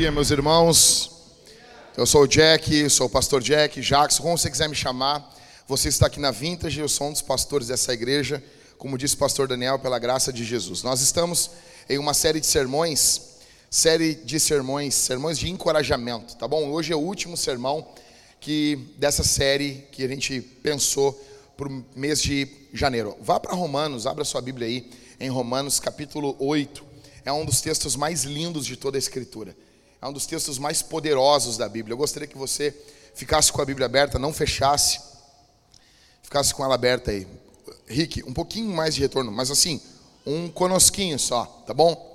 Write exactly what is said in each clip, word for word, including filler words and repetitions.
dia, meus irmãos. Eu sou o Jack, sou o pastor Jack, Jackson, como você quiser me chamar. Você está aqui na Vintage, eu sou um dos pastores dessa igreja, como disse o pastor Daniel, pela graça de Jesus. Nós estamos em uma série de sermões, série de sermões, sermões de encorajamento, tá bom? Hoje é o último sermão que, dessa série que a gente pensou para o mês de janeiro. Vá para Romanos, abra sua Bíblia aí, em Romanos capítulo oito. É um dos textos mais lindos de toda a Escritura. É um dos textos mais poderosos da Bíblia. Eu gostaria que você ficasse com a Bíblia aberta, não fechasse. Ficasse com ela aberta aí. Rick, um pouquinho mais de retorno, mas assim, um conosquinho só, tá bom?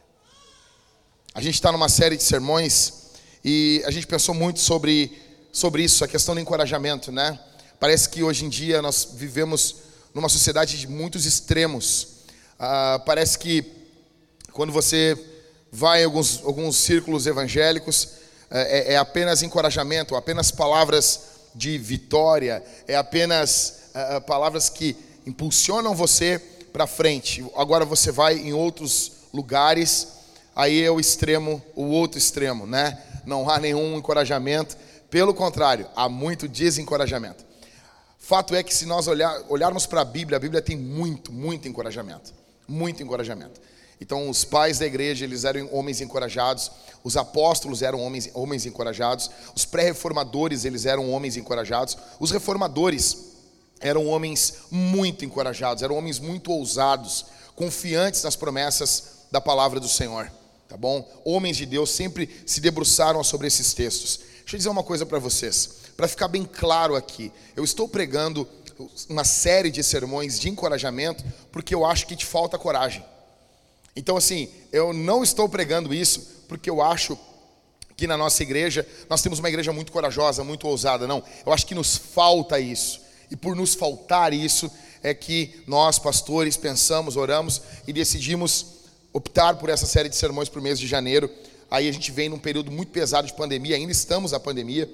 A gente está numa série de sermões e a gente pensou muito sobre, sobre isso, a questão do encorajamento, né? Parece que hoje em dia nós vivemos numa sociedade de muitos extremos. Ah, parece que quando você vai em alguns, alguns círculos evangélicos, é, é apenas encorajamento, apenas palavras de vitória, é apenas é, palavras que impulsionam você para frente. Agora você vai em outros lugares, aí é o extremo, o outro extremo, né? Não há nenhum encorajamento, pelo contrário, há muito desencorajamento. Fato é que se nós olhar, olharmos para a Bíblia, a Bíblia tem muito, muito encorajamento, muito encorajamento. Então os pais da igreja, eles eram homens encorajados, os apóstolos eram homens, homens encorajados, os pré-reformadores, eles eram homens encorajados, os reformadores eram homens muito encorajados, eram homens muito ousados, confiantes nas promessas da palavra do Senhor, tá bom? Homens de Deus sempre se debruçaram sobre esses textos. Deixa eu dizer uma coisa para vocês, para ficar bem claro aqui, eu estou pregando uma série de sermões de encorajamento, porque eu acho que te falta coragem. Então assim, eu não estou pregando isso porque eu acho que na nossa igreja, nós temos uma igreja muito corajosa, muito ousada, não. Eu acho que nos falta isso. E por nos faltar isso, é que nós, pastores, pensamos, oramos e decidimos optar por essa série de sermões para o mês de janeiro. Aí a gente vem num período muito pesado de pandemia, ainda estamos na pandemia,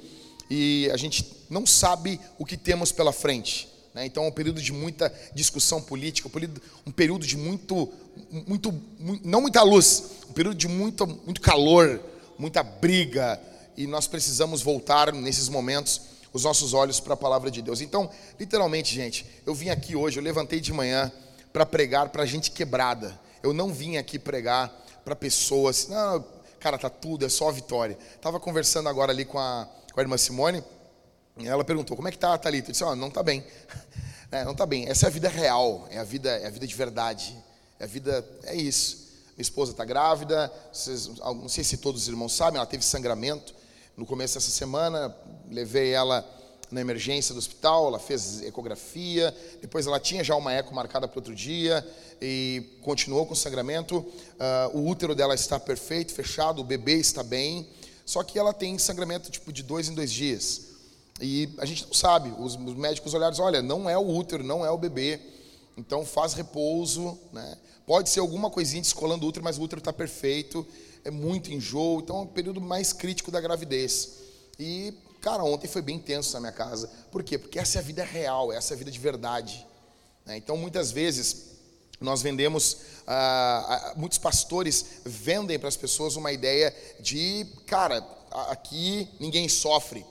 e a gente não sabe o que temos pela frente. Então é um período de muita discussão política, um período, um período de muito, muito, muito, não muita luz, um período de muito, muito calor, muita briga, e nós precisamos voltar nesses momentos os nossos olhos para a palavra de Deus. Então, literalmente, gente, eu vim aqui hoje, eu levantei de manhã para pregar para gente quebrada. Eu não vim aqui pregar para pessoas, não, cara, tá tudo, é só vitória. Estava conversando agora ali com a, com a irmã Simone. Ela perguntou, como é que tá a Thalita? Eu disse, oh, não está bem, é, não está bem, essa é a vida real, é a vida, é a vida de verdade, é a vida, é isso. Minha esposa está grávida, vocês, não sei se todos os irmãos sabem, ela teve sangramento no começo dessa semana, levei ela na emergência do hospital, ela fez ecografia, depois ela tinha já uma eco marcada para outro dia, e continuou com sangramento, uh, o útero dela está perfeito, fechado, o bebê está bem, só que ela tem sangramento tipo de dois em dois dias. E a gente não sabe, os médicos olharam e disseram, olha, não é o útero, não é o bebê, então faz repouso, né? Pode ser alguma coisinha descolando o útero, mas o útero está perfeito, é muito enjoo, então é um período mais crítico da gravidez. E, cara, ontem foi bem tenso na minha casa. Por quê? Porque essa é a vida real, essa é a vida de verdade, né? Então muitas vezes nós vendemos, ah, muitos pastores vendem para as pessoas uma ideia de, cara, aqui ninguém sofre.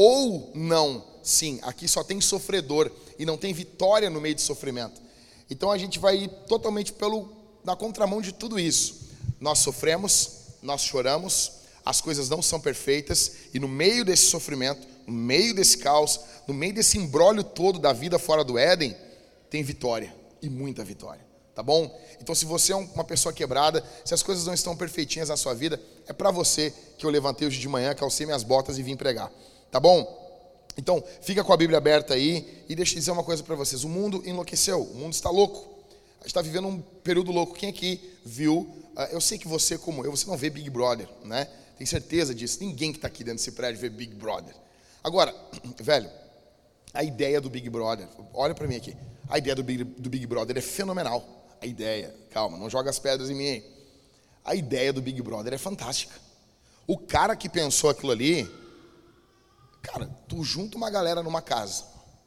Ou não, sim, aqui só tem sofredor e não tem vitória no meio de sofrimento. Então a gente vai ir totalmente pelo, na contramão de tudo isso. Nós sofremos, nós choramos, as coisas não são perfeitas, e no meio desse sofrimento, no meio desse caos, no meio desse imbróglio todo da vida fora do Éden, tem vitória, e muita vitória, tá bom? Então se você é uma pessoa quebrada, se as coisas não estão perfeitinhas na sua vida, é para você que eu levantei hoje de manhã, calcei minhas botas e vim pregar. Tá bom? Então, fica com a Bíblia aberta aí e deixa eu dizer uma coisa para vocês. O mundo enlouqueceu, o mundo está louco. A gente está vivendo um período louco. Quem aqui viu, uh, eu sei que você como eu, você não vê Big Brother, né? Tem certeza disso. Ninguém que está aqui dentro desse prédio vê Big Brother. Agora, velho, a ideia do Big Brother, olha para mim aqui. A ideia do Big, do Big Brother é fenomenal. A ideia, calma, não joga as pedras em mim aí. A ideia do Big Brother é fantástica. O cara que pensou aquilo ali, cara, tu junta uma galera numa casa,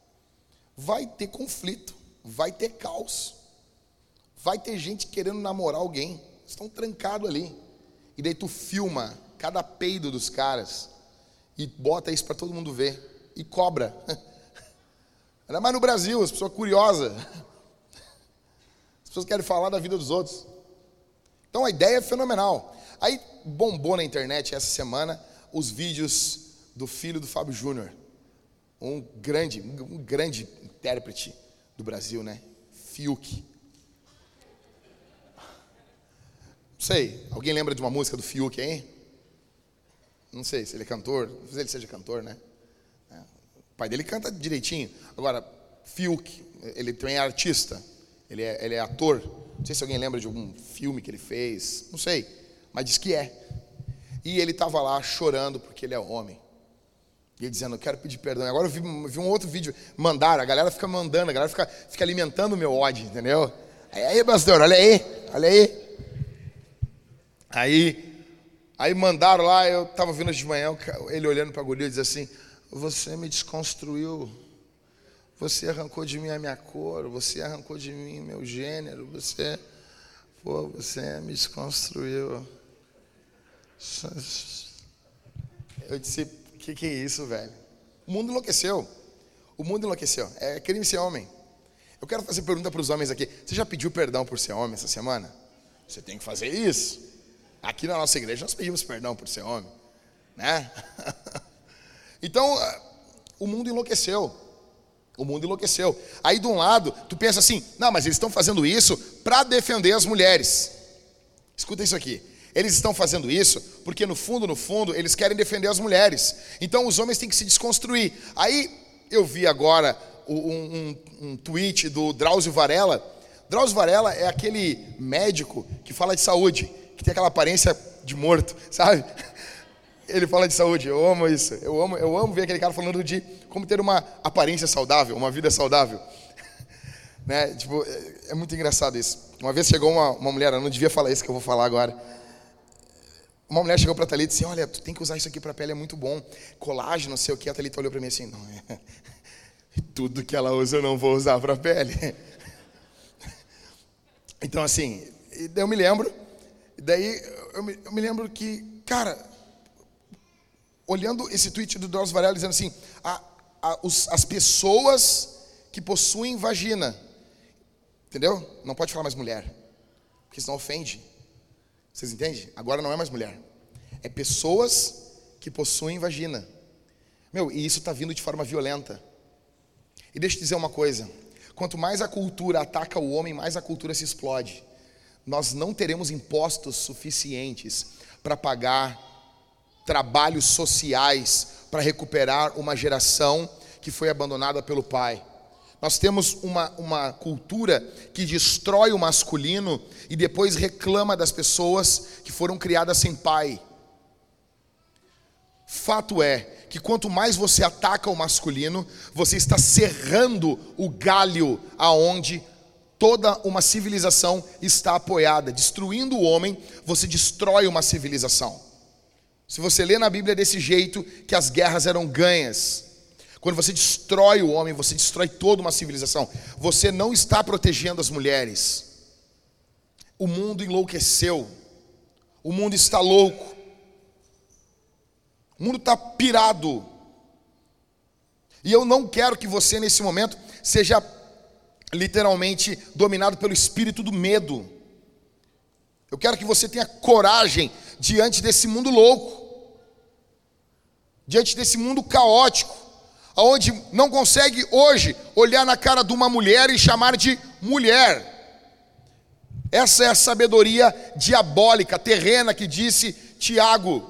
vai ter conflito, vai ter caos, vai ter gente querendo namorar alguém, estão trancados ali, e daí tu filma cada peido dos caras e bota isso para todo mundo ver e cobra. Ainda mais no Brasil, as pessoas curiosas. As pessoas querem falar da vida dos outros. Então a ideia é fenomenal. Aí bombou na internet essa semana os vídeos do filho do Fábio Júnior, um grande, um grande intérprete do Brasil, né? Fiuk. Não sei, alguém lembra de uma música do Fiuk aí? Não sei se ele é cantor, não sei se ele seja cantor, né? É. O pai dele canta direitinho. Agora, Fiuk, ele também é artista, ele é, ele é ator. Não sei se alguém lembra de algum filme que ele fez, não sei, mas diz que é. E ele estava lá chorando porque ele é homem. E ele dizendo, eu quero pedir perdão. Agora eu vi, vi um outro vídeo, mandaram, a galera fica mandando, a galera fica, fica alimentando o meu ódio, entendeu? Aí, aí, pastor, olha aí, olha aí. Aí, aí mandaram lá, eu estava vindo de manhã, ele olhando para a guria e diz assim, você me desconstruiu, você arrancou de mim a minha cor, você arrancou de mim meu gênero, você, pô, você me desconstruiu. Eu disse, o que, que é isso, velho? O mundo enlouqueceu. O mundo enlouqueceu. É crime ser homem. Eu quero fazer pergunta para os homens aqui. Você já pediu perdão por ser homem essa semana? Você tem que fazer isso. Aqui na nossa igreja nós pedimos perdão por ser homem, né? Então, o mundo enlouqueceu. O mundo enlouqueceu. Aí de um lado, tu pensa assim, não, mas eles estão fazendo isso para defender as mulheres. Escuta isso aqui. Eles estão fazendo isso porque no fundo, no fundo, eles querem defender as mulheres. Então os homens têm que se desconstruir. Aí eu vi agora um, um, um tweet do Drauzio Varela. Drauzio Varela é aquele médico que fala de saúde, que tem aquela aparência de morto, sabe? Ele fala de saúde, eu amo isso. Eu amo, eu amo ver aquele cara falando de como ter uma aparência saudável, uma vida saudável. Né? Tipo, é, é muito engraçado isso. Uma vez chegou uma, uma mulher, eu não devia falar isso que eu vou falar agora. Uma mulher chegou para a Thalita e disse, olha, tu tem que usar isso aqui para a pele, é muito bom. Colágeno, não sei o que. A Thalita olhou para mim assim, não, é... tudo que ela usa eu não vou usar para a pele. Então assim, daí eu me lembro, daí eu me, eu me lembro que, cara, olhando esse tweet do Drauzio Varela dizendo assim, a, a, os, as pessoas que possuem vagina, entendeu? Não pode falar mais mulher, porque senão ofende. Vocês entendem? Agora não é mais mulher. É pessoas que possuem vagina. Meu, e isso está vindo de forma violenta. E deixa eu te dizer uma coisa. Quanto mais a cultura ataca o homem, mais a cultura se explode. Nós não teremos impostos suficientes para pagar trabalhos sociais para recuperar uma geração que foi abandonada pelo pai. Nós temos uma, uma cultura que destrói o masculino e depois reclama das pessoas que foram criadas sem pai. Fato é que quanto mais você ataca o masculino, você está serrando o galho aonde toda uma civilização está apoiada. Destruindo o homem, você destrói uma civilização. Se você lê na Bíblia desse jeito, que as guerras eram ganhas. Quando você destrói o homem, você destrói toda uma civilização. Você não está protegendo as mulheres. O mundo enlouqueceu. O mundo está louco. O mundo está pirado. E eu não quero que você, nesse momento, seja literalmente dominado pelo espírito do medo. Eu quero que você tenha coragem diante desse mundo louco. Diante desse mundo caótico. Onde não consegue hoje olhar na cara de uma mulher e chamar de mulher. Essa é a sabedoria diabólica, terrena, que disse Tiago.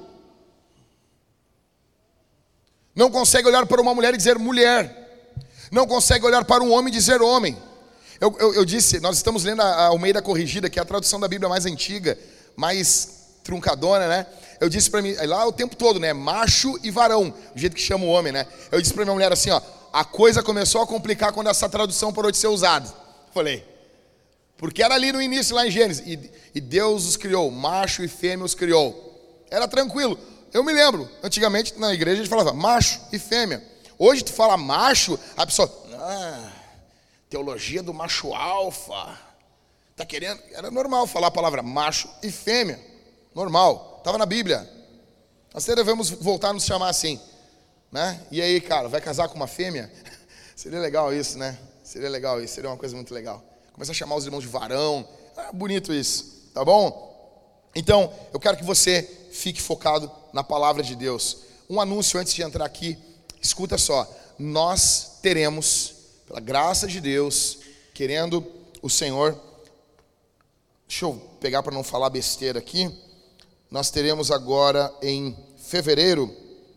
Não consegue olhar para uma mulher e dizer mulher. Não consegue olhar para um homem e dizer homem. Eu, eu, eu disse, nós estamos lendo a Almeida Corrigida, que é a tradução da Bíblia mais antiga, mais truncadona, né? Eu disse pra mim, lá o tempo todo, né? Macho e varão, do jeito que chama o homem, né? Eu disse pra minha mulher assim, ó, a coisa começou a complicar quando essa tradução parou de ser usada. Falei, porque era ali no início, lá em Gênesis, e, e Deus os criou, macho e fêmea os criou. Era tranquilo. Eu me lembro, antigamente na igreja a gente falava macho e fêmea. Hoje tu fala macho, a pessoa, ah, teologia do macho alfa. Tá querendo? Era normal falar a palavra macho e fêmea. Normal, estava na Bíblia. Nós devemos voltar a nos chamar assim, né? E aí, cara, vai casar com uma fêmea? Seria legal isso, né? Seria legal isso, seria uma coisa muito legal. Começar a chamar os irmãos de varão. É bonito isso, tá bom? Então, eu quero que você fique focado na palavra de Deus. Um anúncio antes de entrar aqui. Escuta só. Nós teremos, pela graça de Deus, querendo o Senhor... Deixa eu pegar para não falar besteira aqui. Nós teremos agora em fevereiro,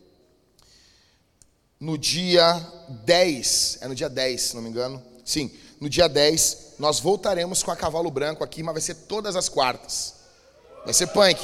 no dia dez, é no dia dez, se não me engano. Sim, no dia dez, nós voltaremos com a Cavalo Branco aqui, mas vai ser todas as quartas. Vai ser punk.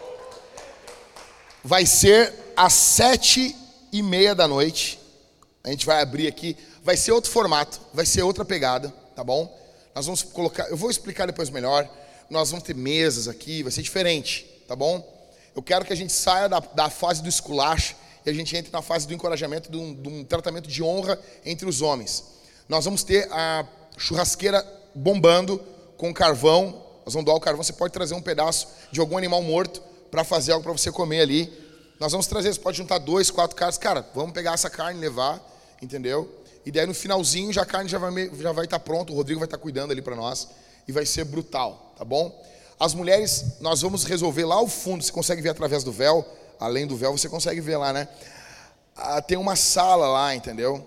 Vai ser às sete e meia da noite. A gente vai abrir aqui. Vai ser outro formato, vai ser outra pegada, tá bom? Nós vamos colocar, eu vou explicar depois melhor. Nós vamos ter mesas aqui, vai ser diferente, tá bom? Eu quero que a gente saia da, da fase do esculacho e a gente entre na fase do encorajamento, de um, de um tratamento de honra entre os homens. Nós vamos ter a churrasqueira bombando com carvão. Nós vamos doar o carvão. Você pode trazer um pedaço de algum animal morto para fazer algo para você comer ali. Nós vamos trazer, você pode juntar dois, quatro caras. Cara, vamos pegar essa carne e levar, entendeu? E daí no finalzinho já a carne já vai, já vai estar pronta. O Rodrigo vai estar cuidando ali para nós. E vai ser brutal, tá bom? As mulheres, nós vamos resolver lá ao fundo. Você consegue ver através do véu. Além do véu, você consegue ver lá, né? Ah, tem uma sala lá, entendeu?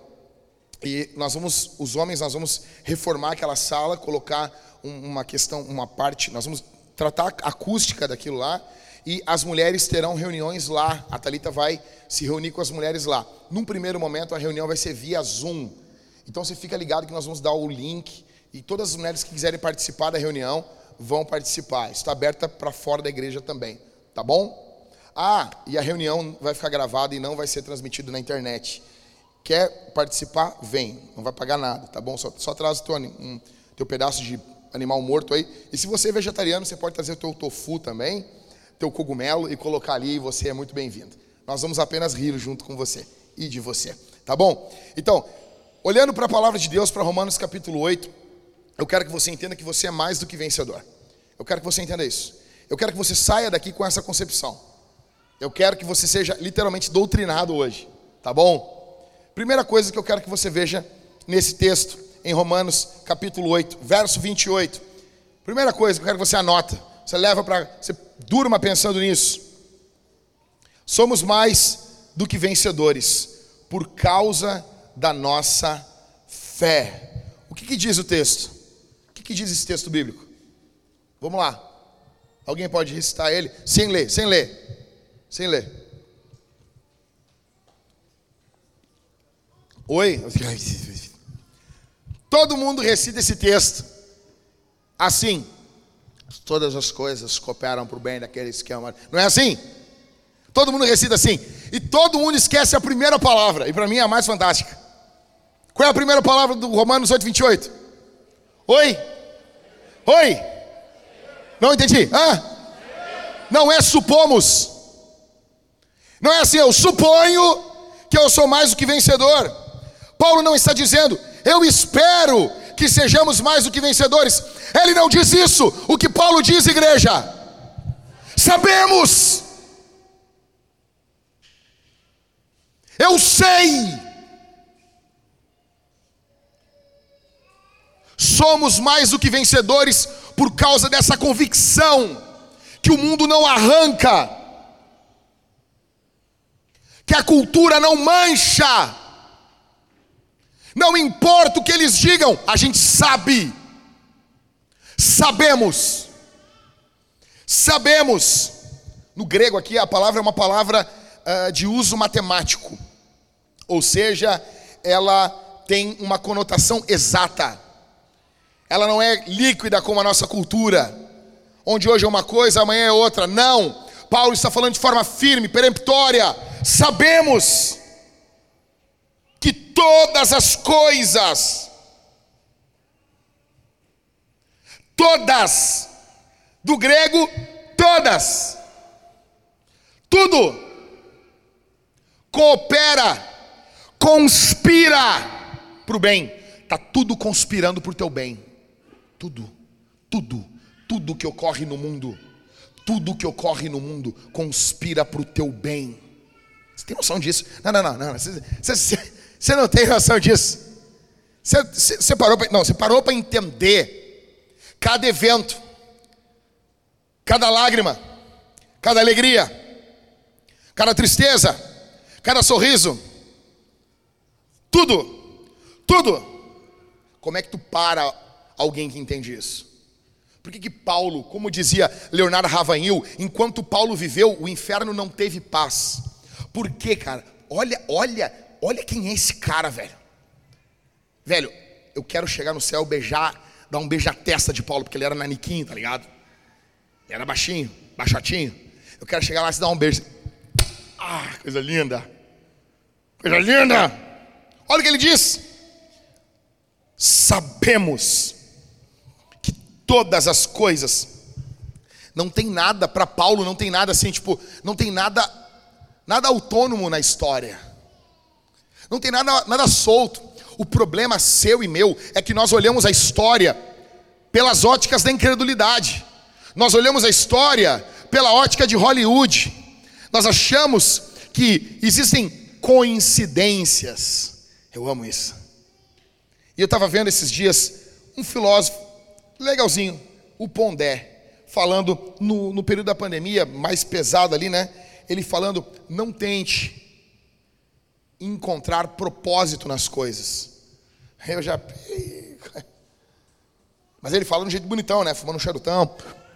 E nós vamos, os homens, nós vamos reformar aquela sala, colocar um, uma questão, uma parte, nós vamos tratar a acústica daquilo lá. E as mulheres terão reuniões lá. A Thalita vai se reunir com as mulheres lá. Num primeiro momento, a reunião vai ser via Zoom. Então você fica ligado que nós vamos dar o link. E todas as mulheres que quiserem participar da reunião vão participar. Está aberta para fora da igreja também, tá bom? Ah, e a reunião vai ficar gravada e não vai ser transmitida na internet. Quer participar? Vem. Não vai pagar nada, tá bom? Só, só traz o teu, um, teu pedaço de animal morto aí. E se você é vegetariano, você pode trazer o teu tofu também, teu cogumelo e colocar ali e você é muito bem-vindo. Nós vamos apenas rir junto com você e de você, tá bom? Então, olhando para a palavra de Deus, para Romanos capítulo oito, eu quero que você entenda que você é mais do que vencedor. Eu quero que você entenda isso. Eu quero que você saia daqui com essa concepção. Eu quero que você seja literalmente doutrinado hoje, tá bom? Primeira coisa que eu quero que você veja nesse texto, em Romanos capítulo oito, verso vinte e oito. Primeira coisa que eu quero que você anota, você leva para, você durma pensando nisso. Somos mais do que vencedores, por causa da nossa fé. O que, que diz o texto? O que diz esse texto bíblico? Vamos lá. Alguém pode recitar ele? Sem ler, sem ler. Sem ler. Oi? Todo mundo recita esse texto assim. Todas as coisas cooperam para o bem daqueles que amam. Não é assim? Todo mundo recita assim. E todo mundo esquece a primeira palavra. E para mim é a mais fantástica. Qual é a primeira palavra do Romanos oito, vinte e oito? Oi? Oi? Não entendi. Hã? Não é supomos. Não é assim, eu suponho que eu sou mais do que vencedor. Paulo não está dizendo, eu espero que sejamos mais do que vencedores. Ele não diz isso. O que Paulo diz, igreja? Sabemos. Eu sei. Somos mais do que vencedores por causa dessa convicção que o mundo não arranca, que a cultura não mancha. Não importa o que eles digam, a gente sabe. Sabemos. Sabemos. No grego aqui a palavra é uma palavra uh, de uso matemático. Ou seja, ela tem uma conotação exata. Ela não é líquida como a nossa cultura, onde hoje é uma coisa, amanhã é outra. Não. Paulo está falando de forma firme, peremptória. Sabemos que todas as coisas, todas, do grego, todas, tudo, coopera, conspira para o bem. Está tudo conspirando para o teu bem. Tudo, tudo, tudo que ocorre no mundo, tudo que ocorre no mundo conspira para o teu bem. Você tem noção disso? Não, não, não, não. Você, você, você não tem noção disso. Você, você, você parou para, não, você parou para entender cada evento, cada lágrima, cada alegria, cada tristeza, cada sorriso, tudo, tudo. Como é que tu para alguém que entende isso? Por que que Paulo, como dizia Leonardo Ravanhil, enquanto Paulo viveu, o inferno não teve paz? Por quê, cara? Olha, olha, olha quem é esse cara, velho. Velho, eu quero chegar no céu, beijar, dar um beijo à testa de Paulo, porque ele era naniquinho, tá ligado? Ele era baixinho, baixotinho. Eu quero chegar lá e dar um beijo. Ah, coisa linda. Coisa linda. Olha o que ele diz. Sabemos que todas as coisas, não tem nada, para Paulo não tem nada assim, tipo, não tem nada, nada autônomo na história. Não tem nada, nada solto. O problema seu e meu é que nós olhamos a história pelas óticas da incredulidade. Nós olhamos a história pela ótica de Hollywood. Nós achamos que existem coincidências. Eu amo isso. E eu estava vendo esses dias um filósofo legalzinho, o Pondé, falando no, no período da pandemia, mais pesado ali, né? Ele falando, não tente encontrar propósito nas coisas. Eu já... Mas ele fala de um jeito bonitão, né? Fumando um charutão.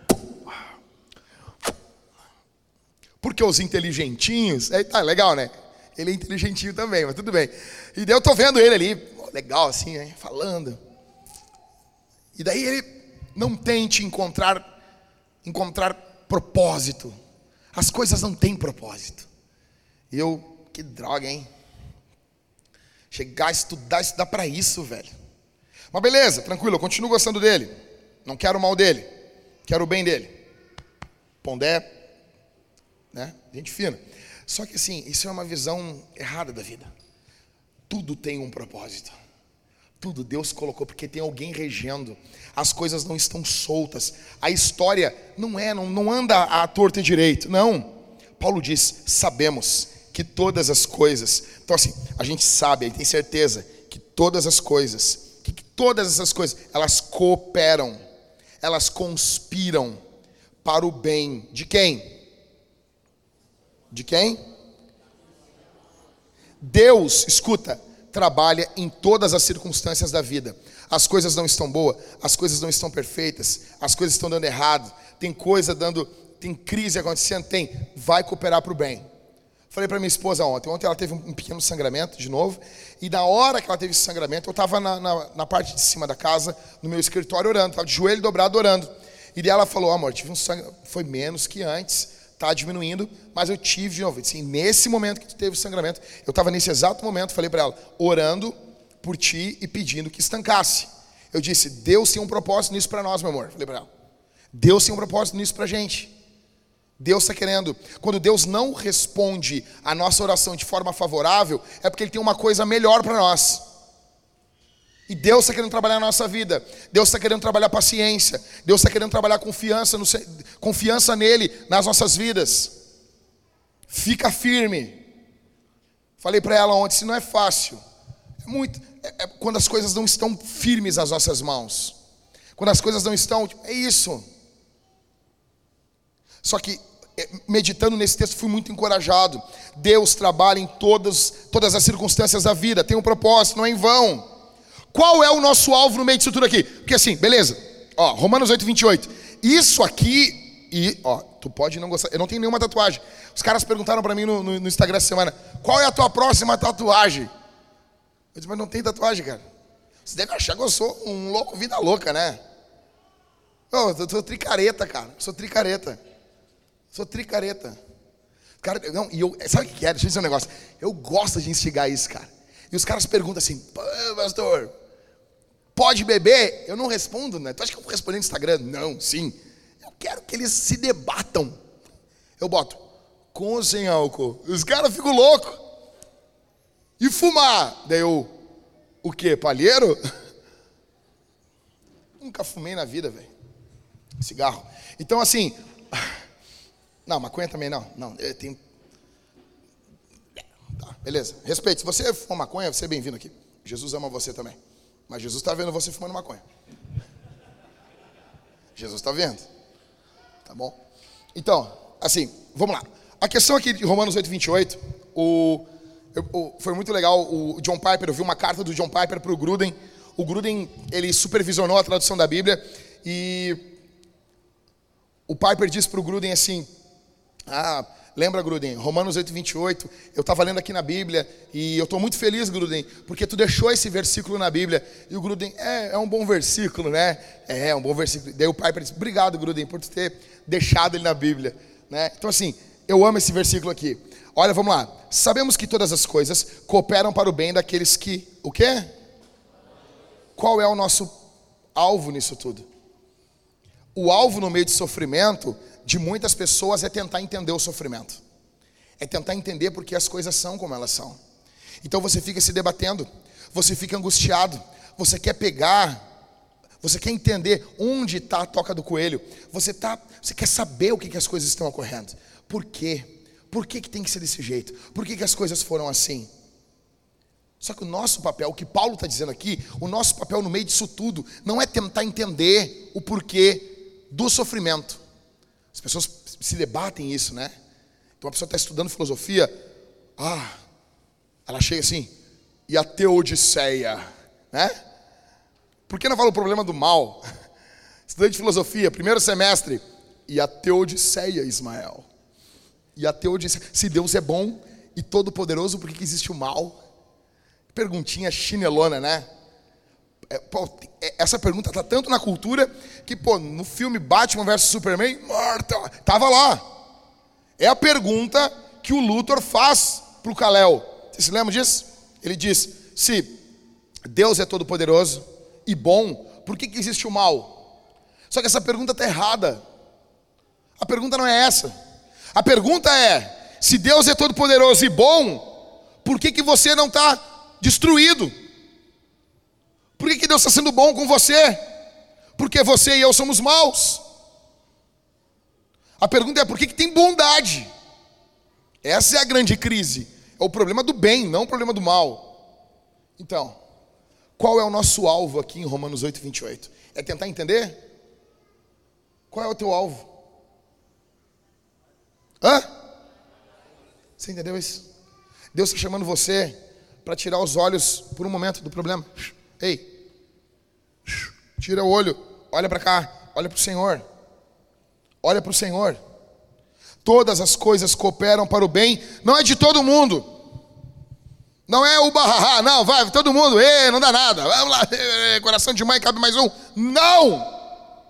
Porque os inteligentinhos... É, tá legal, né? Ele é inteligentinho também, mas tudo bem. E daí eu tô vendo ele ali, legal assim, né? Falando. E daí ele não tente encontrar, encontrar propósito. As coisas não têm propósito. E eu, que droga, hein? Chegar a estudar, estudar para isso, velho. Mas beleza, tranquilo, eu continuo gostando dele. Não quero o mal dele, quero o bem dele. Pondé, né? Gente fina. Só que assim, isso é uma visão errada da vida. Tudo tem um propósito. Tudo Deus colocou, porque tem alguém regendo. As coisas não estão soltas. A história não é, não, não anda à torta e direito. Não. Paulo diz, sabemos que todas as coisas... Então assim, a gente sabe, a gente tem certeza que todas as coisas, que, que todas essas coisas, elas cooperam, elas conspiram para o bem de quem? De quem? Deus, escuta, trabalha em todas as circunstâncias da vida. As coisas não estão boas, as coisas não estão perfeitas, as coisas estão dando errado, tem coisa dando, tem crise acontecendo, tem, vai cooperar para o bem. Falei para minha esposa ontem, ontem ela teve um pequeno sangramento de novo, e na hora que ela teve esse sangramento, eu estava na, na, na parte de cima da casa, no meu escritório orando, estava de joelho dobrado orando, e daí ela falou, amor, tive um sangramento, foi menos que antes, está diminuindo, mas eu tive de novo. Assim, nesse momento que tu teve o sangramento, eu estava nesse exato momento, falei para ela, orando por ti e pedindo que estancasse. Eu disse, Deus tem um propósito nisso para nós, meu amor. Falei para ela, Deus tem um propósito nisso para a gente. Deus está querendo. Quando Deus não responde a nossa oração de forma favorável, é porque Ele tem uma coisa melhor para nós. E Deus está querendo trabalhar na nossa vida. Deus está querendo trabalhar paciência. Deus está querendo trabalhar confiança, no, confiança nele, nas nossas vidas. Fica firme. Falei para ela ontem, se não é fácil. É muito, é, é quando as coisas não estão firmes nas nossas mãos. Quando as coisas não estão, é isso. Só que, meditando nesse texto, fui muito encorajado. Deus trabalha em todas, todas as circunstâncias da vida. Tem um propósito, não é em vão. Qual é o nosso alvo no meio disso tudo aqui? Porque assim, beleza, ó, Romanos oito, vinte e oito. Isso aqui, e ó, tu pode não gostar, eu não tenho nenhuma tatuagem. Os caras perguntaram pra mim no, no, no Instagram essa semana, qual é a tua próxima tatuagem? Eu disse, mas não tem tatuagem, cara. Você deve achar que eu sou um louco, vida louca, né? Eu, eu sou tricareta, cara, eu sou tricareta. Sou tricareta. Cara, não, e eu, sabe o que é? Deixa eu dizer um negócio. Eu gosto de instigar isso, cara. E os caras perguntam assim, pastor, pode beber? Eu não respondo, né? Tu acha que eu vou responder no Instagram? Não, sim. Eu quero que eles se debatam. Eu boto, com ou sem álcool? Os caras ficam loucos. E fumar? Daí eu, o quê? Palheiro? Nunca fumei na vida, velho. Cigarro. Então assim, Não, maconha também não. Não, eu tenho... Tá, beleza. Respeito. Se você for maconha, você é bem-vindo aqui. Jesus ama você também. Mas Jesus está vendo você fumando maconha. Jesus está vendo. Tá bom? Então, assim, vamos lá. A questão aqui de Romanos oito, vinte e oito, o, o, foi muito legal. O John Piper, eu vi uma carta do John Piper para o Gruden. O Gruden, ele supervisionou a tradução da Bíblia. E o Piper disse para o Gruden assim... Ah, lembra, Gruden, Romanos oito, vinte e oito, eu estava lendo aqui na Bíblia e eu estou muito feliz, Gruden, porque tu deixou esse versículo na Bíblia. E o Gruden, é, é um bom versículo, né? É, é um bom versículo. Daí o Piper disse, obrigado, Gruden, por tu ter deixado ele na Bíblia, né? Então assim, eu amo esse versículo aqui. Olha, vamos lá. Sabemos que todas as coisas cooperam para o bem daqueles que... O quê? Qual é o nosso alvo nisso tudo? O alvo no meio de sofrimento de muitas pessoas é tentar entender o sofrimento. É tentar entender porque as coisas são como elas são. Então você fica se debatendo, você fica angustiado, você quer pegar, você quer entender onde está a toca do coelho, você, tá, você quer saber o que, que as coisas estão ocorrendo. Por quê? Por que, que tem que ser desse jeito? Por que, que as coisas foram assim? Só que o nosso papel, o que Paulo está dizendo aqui, o nosso papel no meio disso tudo, não é tentar entender o porquê do sofrimento. As pessoas se debatem isso, né? Então a pessoa está estudando filosofia, ah, ela chega assim, e a teodiceia, né? Por que não fala o problema do mal? Estudante de filosofia, primeiro semestre, e a teodiceia, Ismael. E a teodiceia, se Deus é bom e todo poderoso, por que, que existe o mal? Perguntinha chinelona, né? É, pô, essa pergunta está tanto na cultura que, pô, no filme Batman versus Superman, morta, tava lá. É a pergunta que o Luthor faz para o Kal-El. Você se lembra disso? Ele diz, se Deus é todo poderoso e bom, por que, que existe o mal? Só que essa pergunta está errada. A pergunta não é essa. A pergunta é, se Deus é todo poderoso e bom, por que, que você não está destruído? Por que, que Deus está sendo bom com você? Porque você e eu somos maus. A pergunta é, por que, que tem bondade? Essa é a grande crise. É o problema do bem, não o problema do mal. Então, qual é o nosso alvo aqui em Romanos oito, vinte e oito? É tentar entender? Qual é o teu alvo? Hã? Você entendeu isso? Deus está chamando você para tirar os olhos por um momento do problema. Ei, tira o olho, olha para cá, olha para o Senhor. Olha para o Senhor. Todas as coisas cooperam para o bem, não é de todo mundo. Não é o barra, não, vai, todo mundo, ei, não dá nada. Vamos lá, coração de mãe, cabe mais um. Não!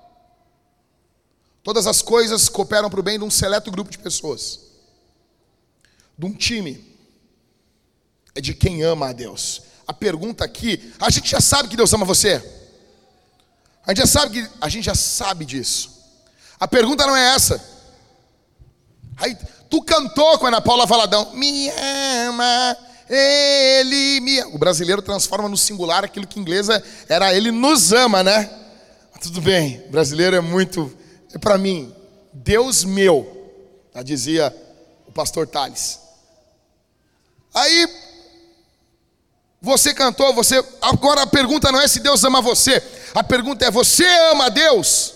Todas as coisas cooperam para o bem de um seleto grupo de pessoas. De um time. É de quem ama a Deus. A pergunta aqui, a gente já sabe que Deus ama você. A gente já sabe que a gente já sabe disso. A pergunta não é essa. Aí, tu cantou com a Ana Paula Valadão, me ama, ele me ama. O brasileiro transforma no singular aquilo que em inglês era ele nos ama, né? Mas tudo bem, o brasileiro é muito, é para mim, Deus meu, já dizia o pastor Tales. Aí, você cantou, você. Agora a pergunta não é se Deus ama você. A pergunta é, você ama a Deus?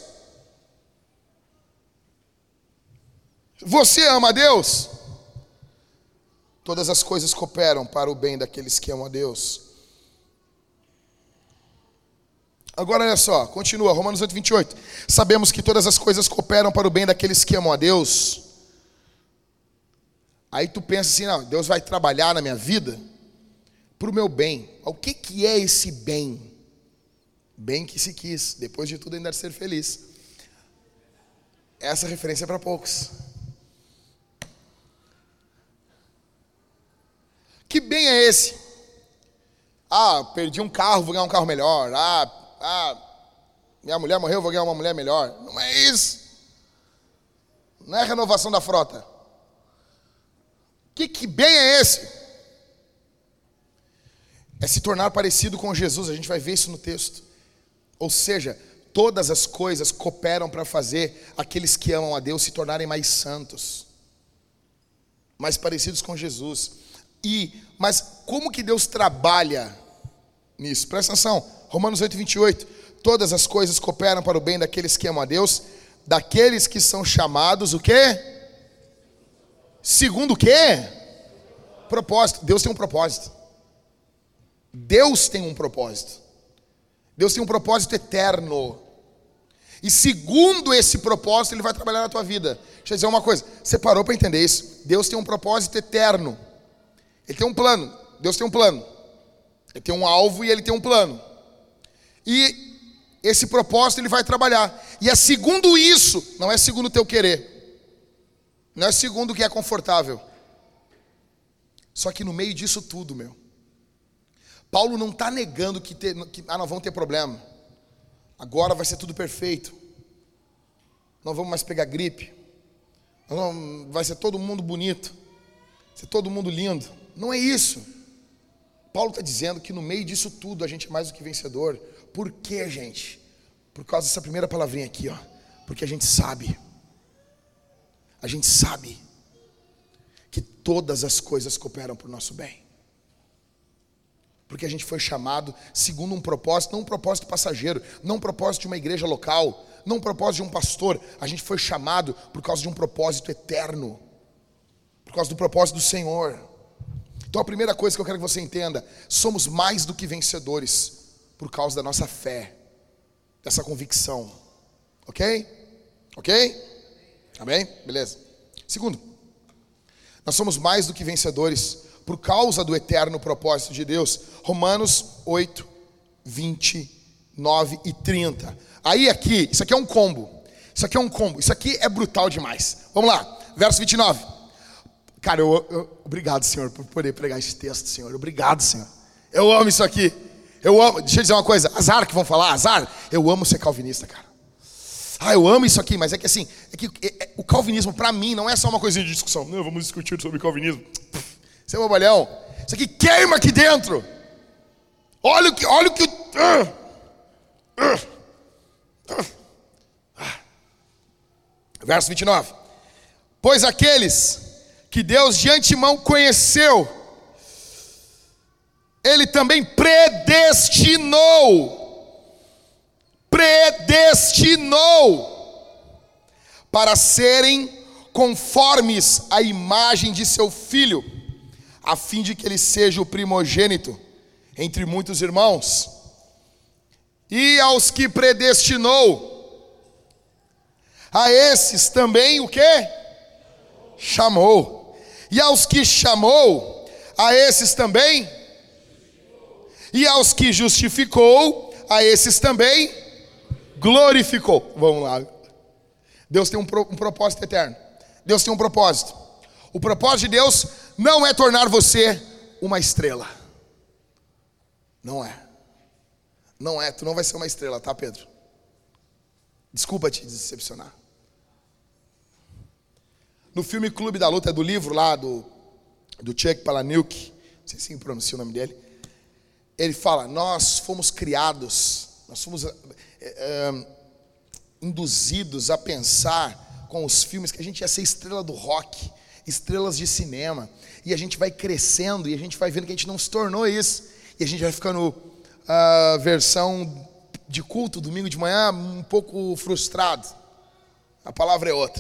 Você ama a Deus? Todas as coisas cooperam para o bem daqueles que amam a Deus. Agora olha só, continua, Romanos oito, vinte e oito. Sabemos que todas as coisas cooperam para o bem daqueles que amam a Deus. Aí tu pensa assim, não, Deus vai trabalhar na minha vida para o meu bem. O que, que é esse bem? Bem que se quis, depois de tudo ainda ser feliz. Essa referência é para poucos. Que bem é esse? Ah, perdi um carro, vou ganhar um carro melhor. Ah, ah, minha mulher morreu, vou ganhar uma mulher melhor. Não é isso. Não é a renovação da frota. Que, que bem é esse? É se tornar parecido com Jesus, a gente vai ver isso no texto. Ou seja, todas as coisas cooperam para fazer aqueles que amam a Deus se tornarem mais santos, mais parecidos com Jesus. E, mas como que Deus trabalha nisso? Presta atenção, Romanos oito, vinte e oito. Todas as coisas cooperam para o bem daqueles que amam a Deus, daqueles que são chamados, o quê? Segundo o quê? Propósito. Deus tem um propósito. Deus tem um propósito. Deus tem um propósito eterno. E segundo esse propósito, Ele vai trabalhar na tua vida. Deixa eu dizer uma coisa. Você parou para entender isso? Deus tem um propósito eterno. Ele tem um plano. Deus tem um plano. Ele tem um alvo e Ele tem um plano. E esse propósito Ele vai trabalhar. E é segundo isso, não é segundo o teu querer. Não é segundo o que é confortável. Só que no meio disso tudo, meu, Paulo não está negando que, ter, que ah, não vamos ter problema. Agora vai ser tudo perfeito. Não vamos mais pegar gripe. Não, vai ser todo mundo bonito. Vai ser todo mundo lindo. Não é isso. Paulo está dizendo que no meio disso tudo a gente é mais do que vencedor. Por quê, gente? Por causa dessa primeira palavrinha aqui, ó. Porque a gente sabe. A gente sabe que todas as coisas cooperam para o nosso bem. Porque a gente foi chamado segundo um propósito, não um propósito passageiro, não um propósito de uma igreja local, não um propósito de um pastor. A gente foi chamado por causa de um propósito eterno, por causa do propósito do Senhor. Então a primeira coisa que eu quero que você entenda: somos mais do que vencedores por causa da nossa fé, dessa convicção. Ok? Ok? Amém? Beleza. Segundo, nós somos mais do que vencedores por causa do eterno propósito de Deus. Romanos oito, vinte e nove e trinta. Aí aqui, isso aqui é um combo. Isso aqui é um combo. Isso aqui é brutal demais. Vamos lá, verso vinte e nove. Cara, eu, eu, obrigado, Senhor, por poder pregar esse texto, Senhor. Obrigado, Senhor. Eu amo isso aqui. Eu amo. Deixa eu dizer uma coisa. Azar que vão falar, azar. Eu amo ser calvinista, cara. Ah, eu amo isso aqui, mas é que assim, é que é, é, o calvinismo pra mim não é só uma coisinha de discussão. Não, vamos discutir sobre calvinismo. Isso é bobalhão. Isso aqui queima aqui dentro. Olha o que, olha o que. Uh, uh, uh. Verso vinte e nove. Pois aqueles que Deus de antemão conheceu, Ele também predestinou. Predestinou para serem conformes à imagem de seu Filho, a fim de que ele seja o primogênito entre muitos irmãos. E aos que predestinou, a esses também o quê? Chamou. E aos que chamou, a esses também. E aos que justificou, a esses também glorificou. Vamos lá. Deus tem um, pro, um propósito eterno. Deus tem um propósito. O propósito de Deus não é tornar você uma estrela. Não é. Não é. Tu não vai ser uma estrela, tá, Pedro? Desculpa te decepcionar. No filme Clube da Luta, do livro lá do, do Chuck Palahniuk, não sei se pronuncia o nome dele, ele fala: nós fomos criados, nós fomos é, é, induzidos a pensar com os filmes que a gente ia ser estrela do rock, estrelas de cinema, e a gente vai crescendo e a gente vai vendo que a gente não se tornou isso, e a gente vai ficando a versão de culto, domingo de manhã, um pouco frustrado. A palavra é outra.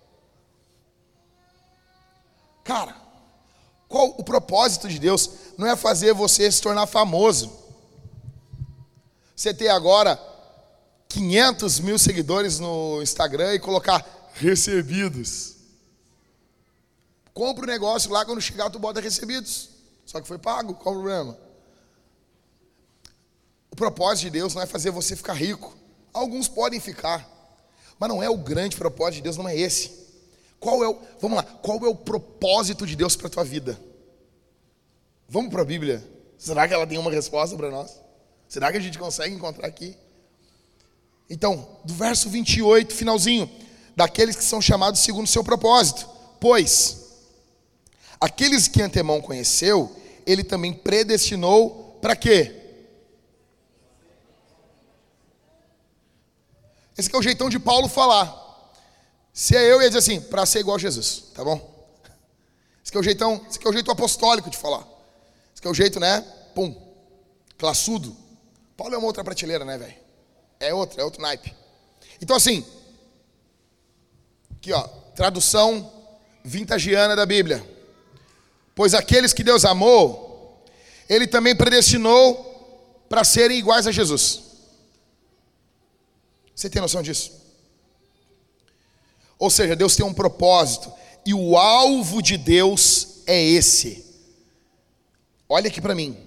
Cara, qual o propósito de Deus? Não é fazer você se tornar famoso. Você ter agora quinhentos mil seguidores no Instagram e colocar recebidos. Compra o negócio lá, quando chegar tu bota recebidos. Só que foi pago, qual o problema? O propósito de Deus não é fazer você ficar rico. Alguns podem ficar, mas não é o grande propósito de Deus, não é esse. Qual é o, vamos lá, qual é o propósito de Deus para a tua vida? Vamos para a Bíblia. Será que ela tem uma resposta para nós? Será que a gente consegue encontrar aqui? Então, do verso vinte e oito, finalzinho, daqueles que são chamados segundo o seu propósito. Pois, aqueles que antemão conheceu, ele também predestinou para quê? Esse aqui é o jeitão de Paulo falar. Se é eu, ia dizer assim, para ser igual a Jesus, tá bom? Esse aqui é o jeitão, esse aqui é o jeito apostólico de falar. Esse aqui é o jeito, né? Pum, classudo. Paulo é uma outra prateleira, né, velho? É outro, é outro naipe. Então assim, aqui ó, tradução vintagiana da Bíblia. Pois aqueles que Deus amou, Ele também predestinou para serem iguais a Jesus. Você tem noção disso? Ou seja, Deus tem um propósito, e o alvo de Deus é esse. Olha aqui para mim.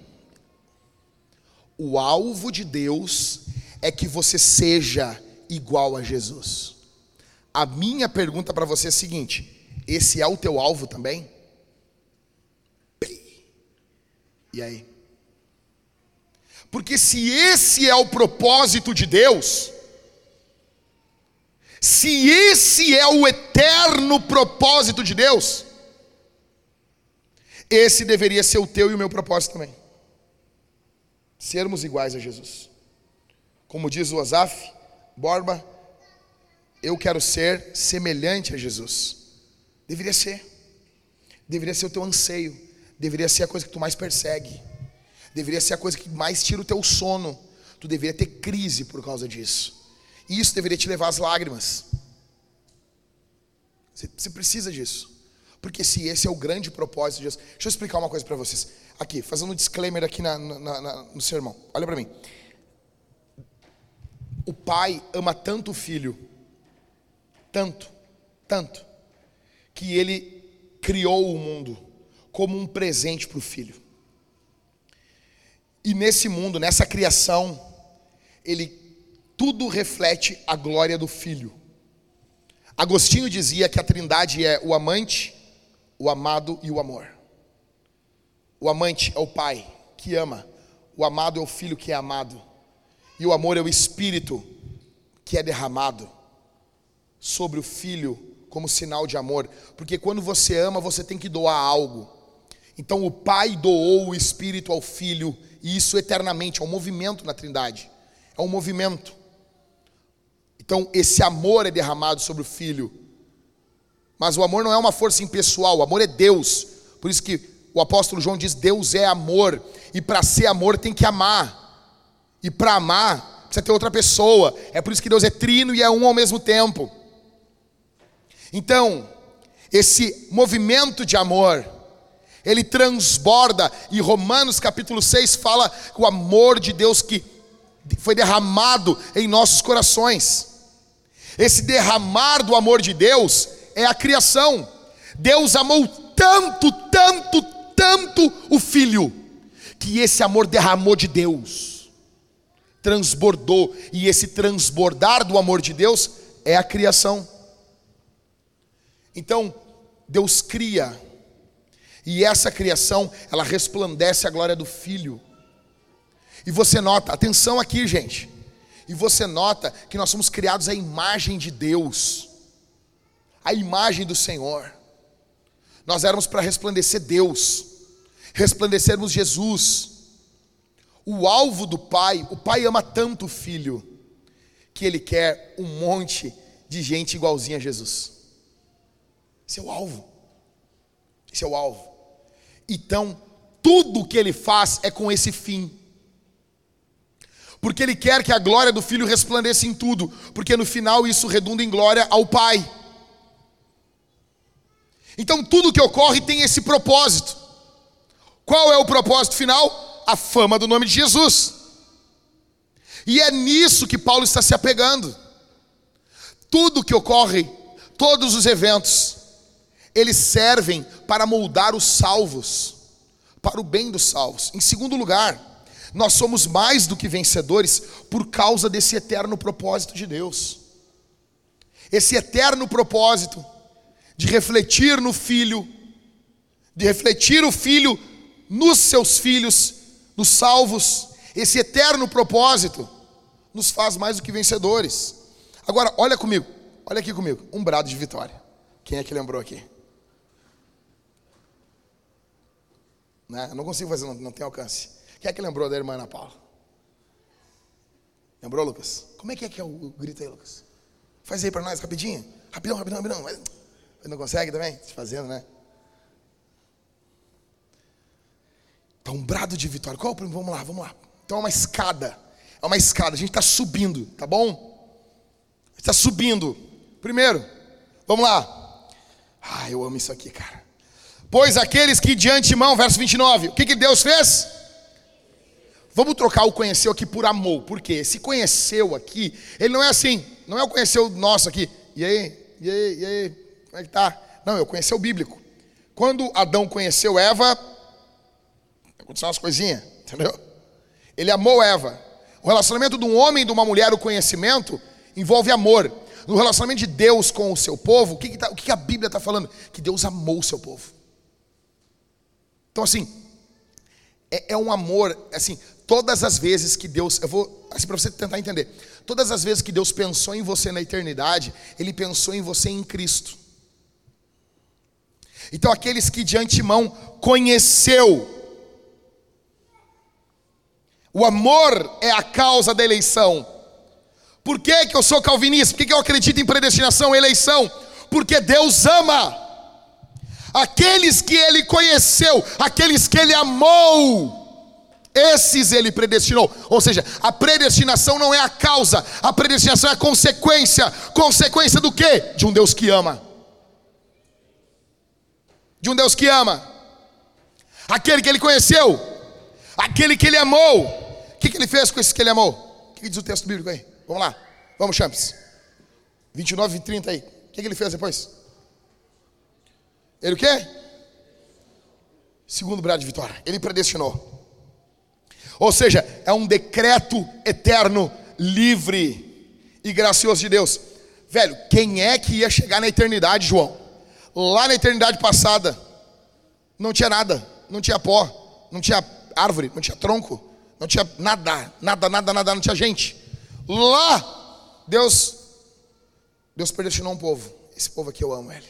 O alvo de Deus é que você seja igual a Jesus. A minha pergunta para você é a seguinte: esse é o teu alvo também? E aí? Porque se esse é o propósito de Deus, se esse é o eterno propósito de Deus, esse deveria ser o teu e o meu propósito também. Sermos iguais a Jesus. Como diz o Asaf Borba, eu quero ser semelhante a Jesus. Deveria ser. Deveria ser o teu anseio. Deveria ser a coisa que tu mais persegue. Deveria ser a coisa que mais tira o teu sono. Tu deveria ter crise por causa disso. E isso deveria te levar às lágrimas. Você, você precisa disso. Porque se esse é o grande propósito de Deus. Deixa eu explicar uma coisa para vocês. Aqui, fazendo um disclaimer aqui na, na, na, no sermão. Olha para mim. O pai ama tanto o filho. Tanto, tanto. Que ele criou o mundo como um presente para o filho. E nesse mundo, nessa criação, ele, tudo reflete a glória do filho. Agostinho dizia que a trindade é o amante, o amado e o amor. O amante é o pai que ama, o amado é o filho que é amado, e o amor é o espírito que é derramado sobre o filho como sinal de amor. Porque quando você ama, você tem que doar algo. Então o pai doou o espírito ao filho, e isso eternamente, é um movimento na trindade. É um movimento. Então esse amor é derramado sobre o filho. Mas o amor não é uma força impessoal, o amor é Deus. Por isso que o apóstolo João diz, Deus é amor. E para ser amor tem que amar. E para amar precisa ter outra pessoa. É por isso que Deus é trino e é um ao mesmo tempo. Então, esse movimento de amor, ele transborda, e Romanos capítulo seis fala que o amor de Deus que foi derramado em nossos corações. Esse derramar do amor de Deus é a criação. Deus amou tanto, tanto, tanto o Filho, que esse amor derramou de Deus, transbordou, e esse transbordar do amor de Deus é a criação. Então, Deus cria, e essa criação, ela resplandece a glória do Filho. E você nota, atenção aqui, gente, e você nota que nós somos criados à imagem de Deus, a imagem do Senhor. Nós éramos para resplandecer Deus, resplandecermos Jesus. O alvo do Pai, o Pai ama tanto o Filho, que Ele quer um monte de gente igualzinha a Jesus. Esse é o alvo. Esse é o alvo. Então, tudo que Ele faz é com esse fim. Porque Ele quer que a glória do Filho resplandeça em tudo. Porque no final isso redunda em glória ao Pai. Então tudo que ocorre tem esse propósito. Qual é o propósito final? A fama do nome de Jesus. E é nisso que Paulo está se apegando. Tudo que ocorre, todos os eventos, eles servem para moldar os salvos, para o bem dos salvos. Em segundo lugar, nós somos mais do que vencedores por causa desse eterno propósito de Deus. Esse eterno propósito de refletir no Filho, de refletir o Filho nos seus filhos, nos salvos. Esse eterno propósito nos faz mais do que vencedores. Agora, olha comigo, olha aqui comigo, um brado de vitória. Quem é que lembrou aqui? Né? Eu não consigo fazer, não, não tem alcance. Quem é que lembrou da irmã Ana Paula? Lembrou, Lucas? Como é que é que é o grito aí, Lucas? Faz aí pra nós, rapidinho. Rapidão, rapidão, rapidão. Mas não consegue também? Se fazendo, né? Então, um brado de vitória. Qual é o primeiro? Vamos lá, vamos lá. Então é uma escada. É uma escada. A gente está subindo, tá bom? A gente está subindo. Primeiro, vamos lá. Ah, eu amo isso aqui, cara. Pois aqueles que de antemão, verso vinte e nove, o que, que Deus fez? Vamos trocar o conheceu aqui por amor. Por quê? Esse conheceu aqui, ele não é assim. Não é o conheceu nosso aqui. E aí? E aí? E aí? Como é que tá? Não, é o conheceu bíblico. Quando Adão conheceu Eva, aconteceu umas coisinhas, entendeu? Ele amou Eva. O relacionamento de um homem e de uma mulher, o conhecimento, envolve amor. No relacionamento de Deus com o seu povo, o que, que, tá, o que, que a Bíblia está falando? Que Deus amou o seu povo. Então assim, é, é um amor, assim, todas as vezes que Deus, eu vou, assim, para você tentar entender, todas as vezes que Deus pensou em você na eternidade, Ele pensou em você em Cristo. Então aqueles que de antemão conheceu, o amor é a causa da eleição. Por que que eu sou calvinista? Por que que eu acredito em predestinação e eleição? Porque Deus ama aqueles que Ele conheceu, aqueles que Ele amou, esses Ele predestinou. Ou seja, a predestinação não é a causa, a predestinação é a consequência. Consequência do quê? De um Deus que ama. De um Deus que ama. Aquele que Ele conheceu, aquele que Ele amou. O que, que Ele fez com esses que Ele amou? O que, que diz o texto bíblico aí? Vamos lá, vamos, Champs. vinte e nove e trinta aí. O que, que Ele fez depois? Ele o quê? Segundo brado de vitória. Ele predestinou. Ou seja, é um decreto eterno, livre e gracioso de Deus. Velho, quem é que ia chegar na eternidade, João? Lá na eternidade passada, não tinha nada. Não tinha pó, não tinha árvore, não tinha tronco, não tinha nada, nada, nada, nada, não tinha gente. Lá, Deus, Deus predestinou um povo. Esse povo aqui eu amo ele.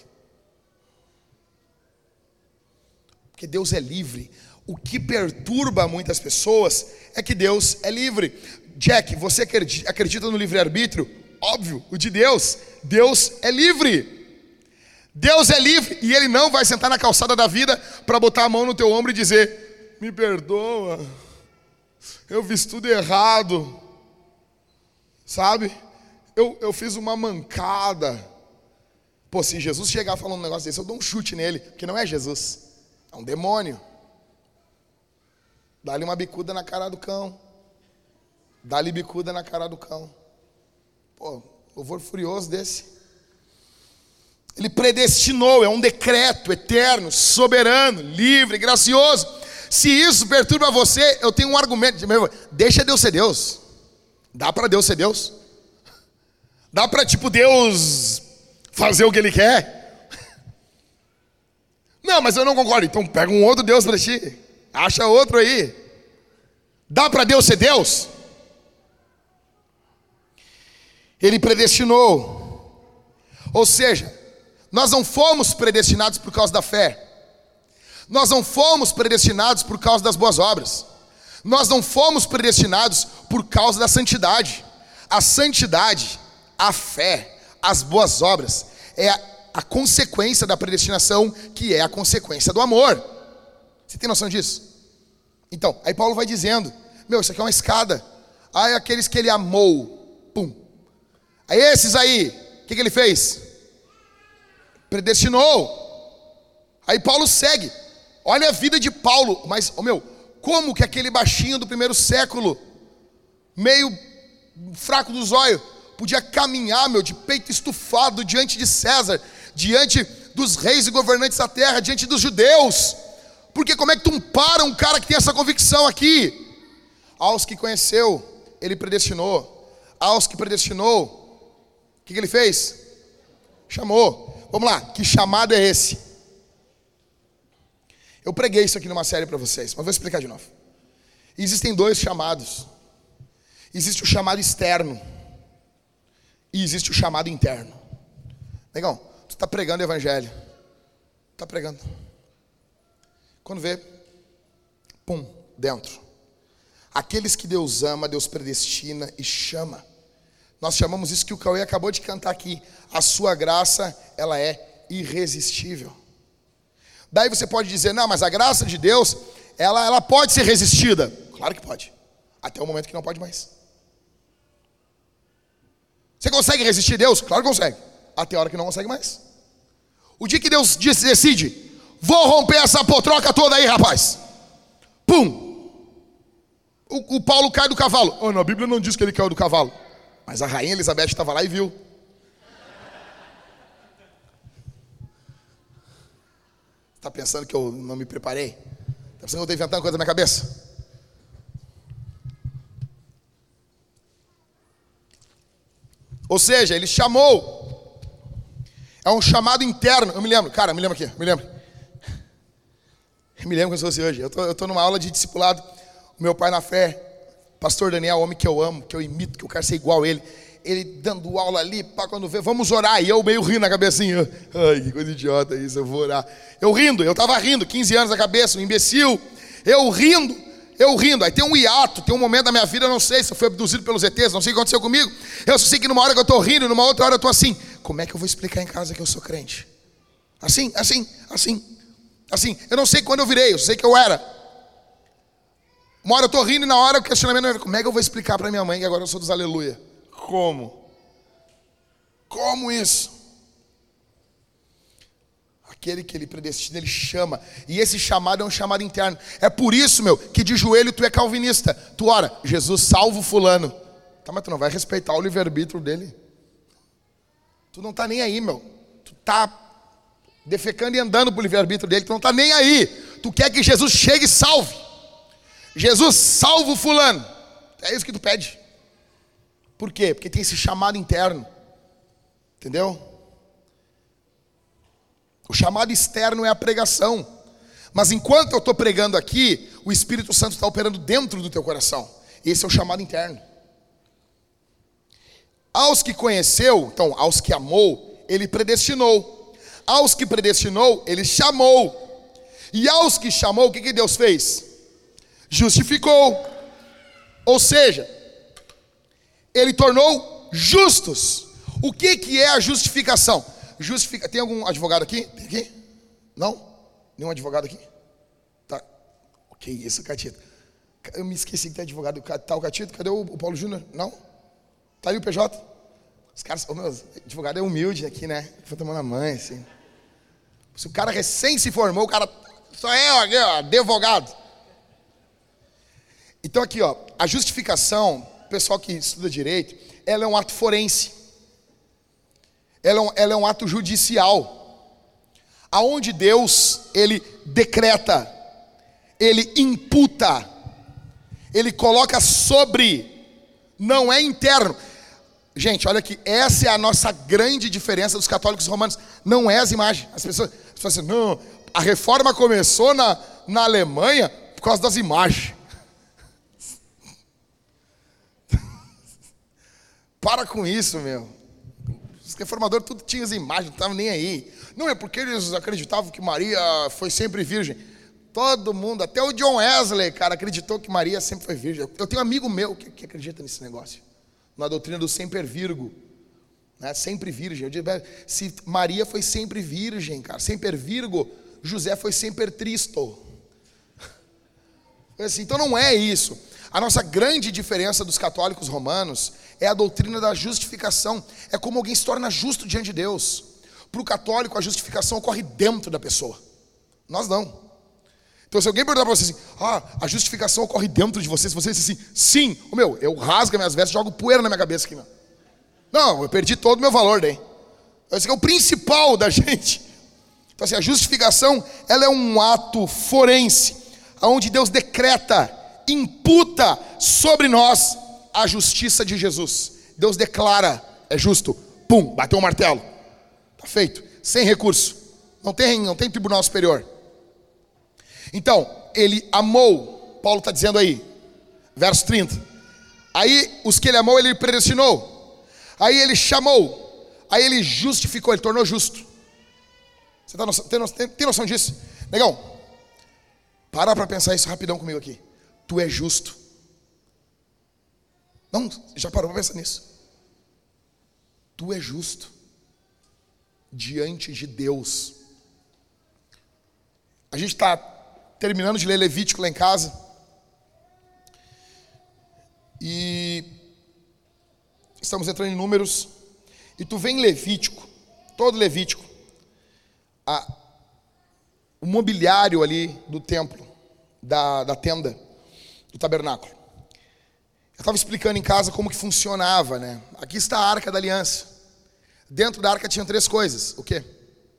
Porque Deus é livre. O que perturba muitas pessoas é que Deus é livre. Jack, você acredita no livre-arbítrio? Óbvio, o de Deus. Deus é livre. Deus é livre e Ele não vai sentar na calçada da vida para botar a mão no teu ombro e dizer: me perdoa, eu fiz tudo errado, sabe? Eu, eu fiz uma mancada. Pô, se Jesus chegar falando um negócio desse, eu dou um chute nele, porque não é Jesus. É um demônio. Dá-lhe uma bicuda na cara do cão. Dá-lhe bicuda na cara do cão. Pô, louvor furioso desse. Ele predestinou, é um decreto eterno, soberano, livre, gracioso. Se isso perturba você, eu tenho um argumento. Deixa Deus ser Deus. Dá para Deus ser Deus? Dá para, tipo, Deus fazer o que Ele quer? Não, mas eu não concordo. Então pega um outro Deus para ti. Acha outro aí. Dá para Deus ser Deus? Ele predestinou. Ou seja, nós não fomos predestinados por causa da fé. Nós não fomos predestinados por causa das boas obras. Nós não fomos predestinados por causa da santidade. A santidade, a fé, as boas obras é a, a consequência da predestinação, que é a consequência do amor. Você tem noção disso? Então, aí Paulo vai dizendo: meu, isso aqui é uma escada. Aí aqueles que Ele amou, pum. Aí esses aí, o que, que Ele fez? Predestinou. Aí Paulo segue. Olha a vida de Paulo. Mas, oh meu, como que aquele baixinho do primeiro século, meio fraco dos olhos, podia caminhar, meu, de peito estufado diante de César, diante dos reis e governantes da terra, diante dos judeus? Porque como é que tu para um cara que tem essa convicção aqui? Aos que conheceu, Ele predestinou. Aos que predestinou, o que, que Ele fez? Chamou. Vamos lá, que chamado é esse? Eu preguei isso aqui numa série para vocês, mas vou explicar de novo. Existem dois chamados. Existe o chamado externo e existe o chamado interno. Negão, tu está pregando o evangelho. Está pregando. Quando vê, pum, dentro. Aqueles que Deus ama, Deus predestina e chama. Nós chamamos isso que o Cauê acabou de cantar aqui. A sua graça, ela é irresistível. Daí você pode dizer, não, mas a graça de Deus, ela, ela pode ser resistida. Claro que pode. Até o momento que não pode mais. Você consegue resistir Deus? Claro que consegue. Até a hora que não consegue mais. O dia que Deus decide, vou romper essa potroca toda aí, rapaz. Pum. O, o Paulo cai do cavalo. Oh, não, a Bíblia não diz que ele caiu do cavalo. Mas a rainha Elizabeth estava lá e viu. Está pensando que eu não me preparei? Está pensando que eu estou inventando coisa na minha cabeça? Ou seja, ele chamou. É um chamado interno. Eu me lembro, cara, me lembro aqui, me lembro. Eu me lembro como se fosse hoje. Eu tô, eu tô numa aula de discipulado. O meu pai na fé, pastor Daniel, homem que eu amo, que eu imito, que eu quero ser igual a ele. Ele dando aula ali, pá, quando vê, vamos orar. E eu meio rindo na cabecinha. Ai, que coisa idiota isso, eu vou orar. Eu rindo, eu tava rindo, quinze anos na cabeça, um imbecil. Eu rindo, eu rindo. Aí tem um hiato, tem um momento da minha vida, eu não sei se eu fui abduzido pelos E Tês, não sei o que aconteceu comigo. Eu só sei que numa hora que eu tô rindo, numa outra hora eu tô assim. Como é que eu vou explicar em casa que eu sou crente? Assim, assim, assim, assim. Eu não sei quando eu virei, eu sei que eu era. Uma hora eu tô rindo e na hora o questionamento é, como é que eu vou explicar para minha mãe que agora eu sou dos aleluia? Como? Como isso? Aquele que ele predestina, ele chama. E esse chamado é um chamado interno. É por isso, meu, que de joelho tu é calvinista. Tu ora, Jesus salva o fulano. Tá, mas tu não vai respeitar o livre-arbítrio dele. Tu não tá nem aí, meu. Tu tá defecando e andando pro livre-arbítrio dele. Tu não tá nem aí. Tu quer que Jesus chegue e salve. Jesus salva o fulano. É isso que tu pede. Por quê? Porque tem esse chamado interno. Entendeu? O chamado externo é a pregação. Mas enquanto eu estou pregando aqui, o Espírito Santo está operando dentro do teu coração. Esse é o chamado interno. Aos que conheceu, então, aos que amou, ele predestinou. Aos que predestinou, ele chamou. E aos que chamou, o que, que Deus fez? Justificou. Ou seja, ele tornou justos. O que, que é a justificação? Justifica... Tem algum advogado aqui? Tem aqui? Não? Nenhum advogado aqui? Tá. O que isso, Catito? Eu me esqueci que tem advogado. Tá o Catito? Cadê o, o Paulo Júnior? Não? Tá ali o P J? Os caras... Oh, meu, advogado é humilde aqui, né? Foi tomando a mãe, assim. Se o cara recém se formou, o cara... Só é, ó, advogado. Então aqui, ó. A justificação, o pessoal que estuda direito, ela é um ato forense. Ela é, um, ela é um ato judicial, aonde Deus, ele decreta, ele imputa, ele coloca sobre, não é interno. Gente, olha aqui, essa é a nossa grande diferença dos católicos romanos, não é as imagens. As pessoas, as pessoas dizem, não, a reforma começou na, na Alemanha por causa das imagens. Para com isso, meu. Os reformadores tudo tinha as imagens, não estavam nem aí. Não é porque eles acreditavam que Maria foi sempre virgem. Todo mundo, até o John Wesley, cara, acreditou que Maria sempre foi virgem. Eu tenho um amigo meu que, que acredita nesse negócio. Na doutrina do semper virgo. Né? Sempre virgem. Eu digo, se Maria foi sempre virgem, cara, semper virgo, José foi sempre tristo. Assim, então não é isso. A nossa grande diferença dos católicos romanos é a doutrina da justificação. É como alguém se torna justo diante de Deus. Para o católico, a justificação ocorre dentro da pessoa. Nós não. Então, se alguém perguntar para você assim, ah, a justificação ocorre dentro de você, se você disser assim, sim, o meu, eu rasgo minhas vestes, jogo poeira na minha cabeça aqui, meu. Não, eu perdi todo o meu valor daí. Esse é o principal da gente. Então, assim, a justificação, ela é um ato forense, onde Deus decreta, imputa sobre nós a justiça de Jesus. Deus declara, é justo, pum, bateu o martelo, tá feito, sem recurso, não tem, não tem tribunal superior. Então, ele amou, Paulo está dizendo aí, verso trinta, aí os que ele amou, ele predestinou, aí ele chamou, aí ele justificou, ele tornou justo. Você tá noção, tem, tem, tem noção disso? Negão, para para pensar isso rapidão comigo aqui. Tu é justo. Não, já parou para pensar nisso? Tu é justo diante de Deus. A gente está terminando de ler Levítico lá em casa. E estamos entrando em Números. E tu vê em Levítico, todo Levítico, a, o mobiliário ali do templo, da, da tenda, do tabernáculo. Eu estava explicando em casa como que funcionava, né? Aqui está a Arca da Aliança. Dentro da arca tinha três coisas. O quê?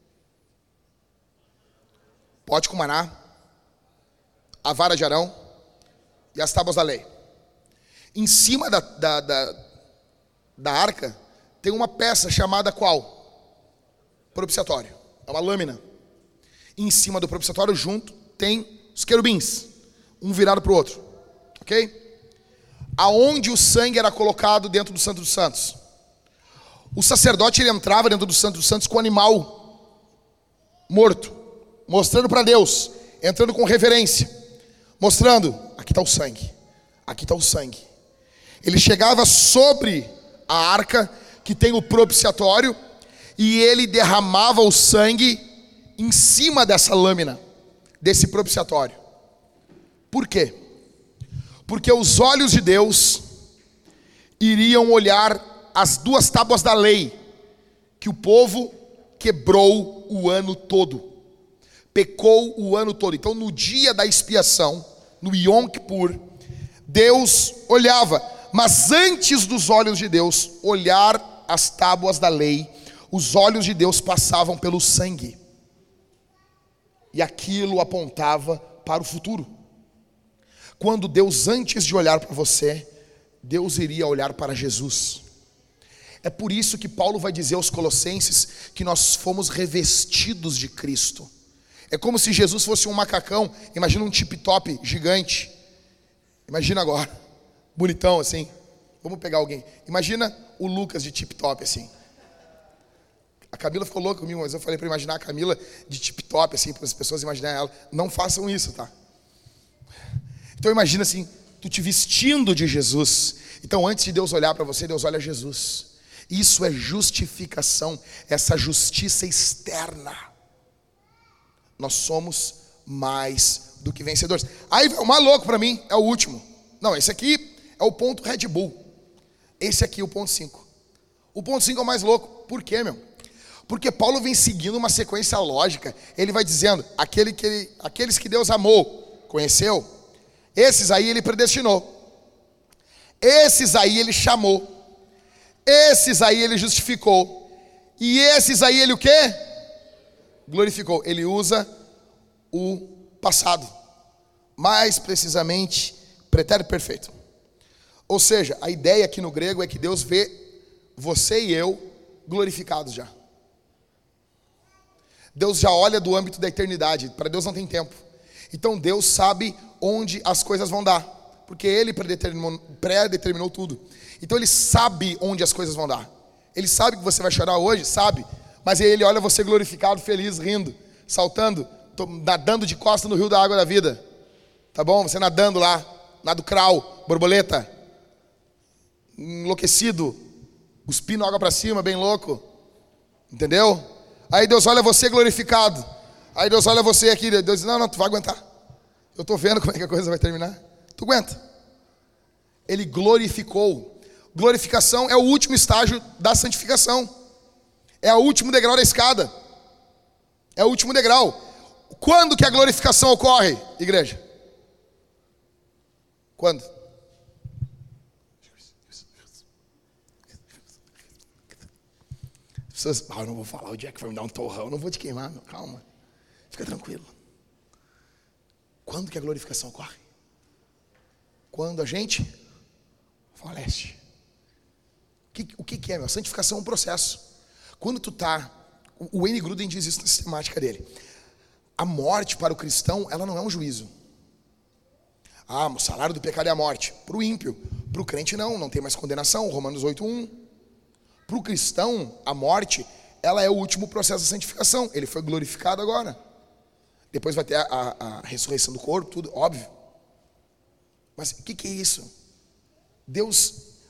Pote com maná, a vara de Arão e as tábuas da lei. Em cima da, da, da, da arca tem uma peça chamada qual? Propiciatório. É uma lâmina. Em cima do propiciatório junto tem os querubins, um virado para o outro. Ok? Aonde o sangue era colocado dentro do Santo dos Santos? O sacerdote ele entrava dentro do Santo dos Santos com o animal morto, mostrando para Deus, entrando com reverência, mostrando, aqui está o sangue, aqui está o sangue. Ele chegava sobre a arca, que tem o propiciatório, e ele derramava o sangue em cima dessa lâmina, desse propiciatório. Por quê? Porque os olhos de Deus iriam olhar as duas tábuas da lei que o povo quebrou o ano todo, pecou o ano todo. Então no dia da expiação, no Yom Kippur, Deus olhava, mas antes dos olhos de Deus olhar as tábuas da lei, os olhos de Deus passavam pelo sangue, e aquilo apontava para o futuro. Quando Deus, antes de olhar para você, Deus iria olhar para Jesus. É por isso que Paulo vai dizer aos Colossenses que nós fomos revestidos de Cristo. É como se Jesus fosse um macacão. Imagina um tip-top gigante. Imagina agora, bonitão assim. Vamos pegar alguém. Imagina o Lucas de tip-top assim. A Camila ficou louca comigo, mas eu falei para imaginar a Camila de tip-top assim, para as pessoas imaginarem ela. Não façam isso, tá? Então imagina assim, tu te vestindo de Jesus. Então antes de Deus olhar para você, Deus olha Jesus. Isso é justificação, essa justiça externa. Nós somos mais do que vencedores. Aí o mais louco para mim é o último. Não, esse aqui é o ponto Red Bull. Esse aqui é o ponto cinco. O ponto cinco é o mais louco. Por quê, meu? Porque Paulo vem seguindo uma sequência lógica. Ele vai dizendo, aquele que ele, aqueles que Deus amou, conheceu, esses aí ele predestinou, esses aí ele chamou, esses aí ele justificou, e esses aí ele o quê? Glorificou. Ele usa o passado, mais precisamente pretérito perfeito. Ou seja, a ideia aqui no grego é que Deus vê você e eu glorificados já. Deus já olha do âmbito da eternidade. Para Deus não tem tempo. Então Deus sabe onde as coisas vão dar, porque Ele predeterminou, predeterminou tudo. Então Ele sabe onde as coisas vão dar. Ele sabe que você vai chorar hoje, sabe. Mas Ele olha você glorificado, feliz, rindo, saltando, nadando de costas no rio da água da vida. Tá bom? Você nadando lá, nado crawl, borboleta, enlouquecido, cuspindo água para cima, bem louco. Entendeu? Aí Deus olha você glorificado. Aí Deus olha você aqui, Deus diz, não, não, tu vai aguentar. Eu estou vendo como é que a coisa vai terminar. Tu aguenta. Ele glorificou. Glorificação é o último estágio da santificação. É o último degrau da escada. É o último degrau. Quando que a glorificação ocorre, igreja? Quando? As pessoas, ah, eu não vou falar, o Jack vai me dar um torrão, eu não vou te queimar, meu, calma. Fica tranquilo. Quando que a glorificação ocorre? Quando a gente falece. O que, o que, que é, meu? Santificação é um processo. Quando tu tá, o Wayne Grudem diz isso na sistemática dele. A morte para o cristão, ela não é um juízo. Ah, o salário do pecado é a morte. Para o ímpio. Para o crente não, não tem mais condenação. Romanos oito, um. Para o cristão, a morte, ela é o último processo da santificação. Ele foi glorificado agora. Depois vai ter a, a, a ressurreição do corpo, tudo, óbvio. Mas o que, que é isso? Deus,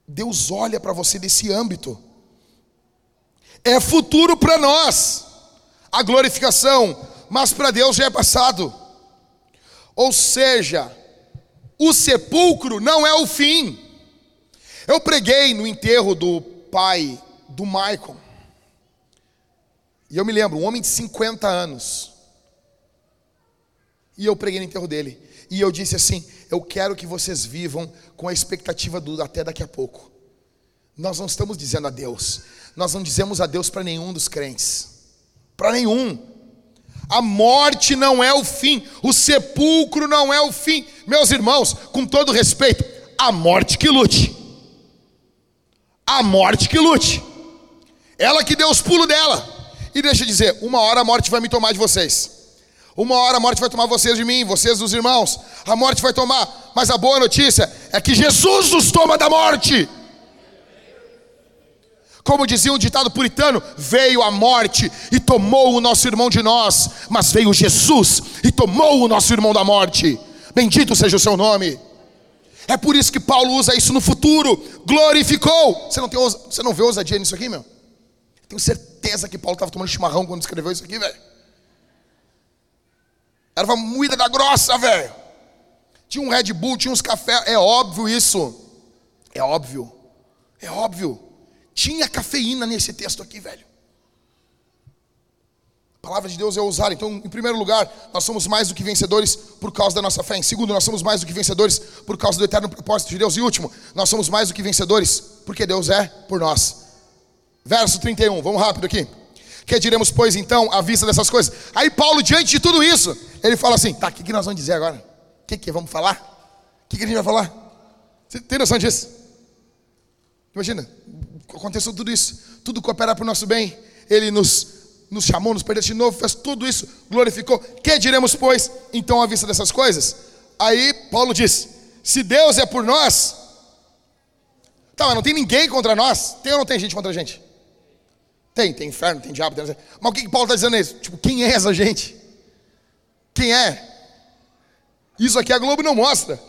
Deus olha para você desse âmbito. É futuro para nós a glorificação, mas para Deus já é passado. Ou seja, o sepulcro não é o fim. Eu preguei no enterro do pai do Michael. E eu me lembro, um homem de cinquenta anos. E eu preguei no enterro dele. E eu disse assim: eu quero que vocês vivam com a expectativa do até daqui a pouco. Nós não estamos dizendo adeus. Nós não dizemos adeus para nenhum dos crentes. Para nenhum. A morte não é o fim. O sepulcro não é o fim. Meus irmãos, com todo respeito, a morte que lute. A morte que lute. Ela que deu os pulos dela. E deixa eu dizer, uma hora a morte vai me tomar de vocês. Uma hora a morte vai tomar vocês de mim, vocês dos irmãos. A morte vai tomar. Mas a boa notícia é que Jesus nos toma da morte. Como dizia um ditado puritano, veio a morte e tomou o nosso irmão de nós. Mas veio Jesus e tomou o nosso irmão da morte. Bendito seja o seu nome. É por isso que Paulo usa isso no futuro. Glorificou. Você não, tem, você não vê ousadia nisso aqui, meu? Tenho certeza que Paulo estava tomando chimarrão quando escreveu isso aqui, velho. Era uma moída da grossa, velho. Tinha um Red Bull, tinha uns cafés. É óbvio isso. É óbvio. É óbvio. Tinha cafeína nesse texto aqui, velho. A palavra de Deus é ousada. Então, em primeiro lugar, nós somos mais do que vencedores por causa da nossa fé. Em segundo, nós somos mais do que vencedores por causa do eterno propósito de Deus. E último, nós somos mais do que vencedores porque Deus é por nós. Verso trinta e um, vamos rápido aqui. Que diremos, pois, então, à vista dessas coisas? Aí Paulo, diante de tudo isso, ele fala assim: tá, o que, que nós vamos dizer agora? O que, que vamos falar? O que, que a gente vai falar? Você tem noção disso? Imagina, aconteceu tudo isso, tudo coopera para o nosso bem. Ele nos, nos chamou, nos predestinou, fez tudo isso, glorificou. Que diremos, pois, então, à vista dessas coisas? Aí Paulo diz: se Deus é por nós, tá, mas não tem ninguém contra nós? Tem ou não tem gente contra a gente? Tem, tem inferno, tem diabo, tem... Mas o que, que Paulo está dizendo isso? Tipo, quem é essa gente? Quem é? Isso aqui a Globo não mostra.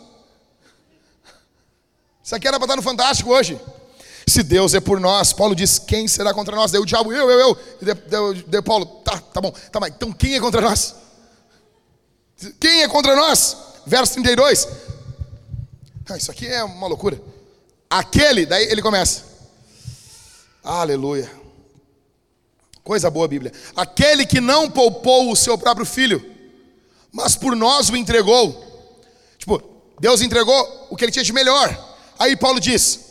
Isso aqui era para estar no Fantástico hoje. Se Deus é por nós, Paulo diz, quem será contra nós? Daí o diabo, eu, eu, eu. E daí, daí Paulo, tá, tá bom. Tá, mas então quem é contra nós? Quem é contra nós? Verso trinta e dois. Ah, isso aqui é uma loucura. Aquele, daí ele começa. Aleluia. Coisa boa a Bíblia. Aquele que não poupou o seu próprio filho, mas por nós o entregou. Tipo, Deus entregou o que ele tinha de melhor. Aí Paulo diz: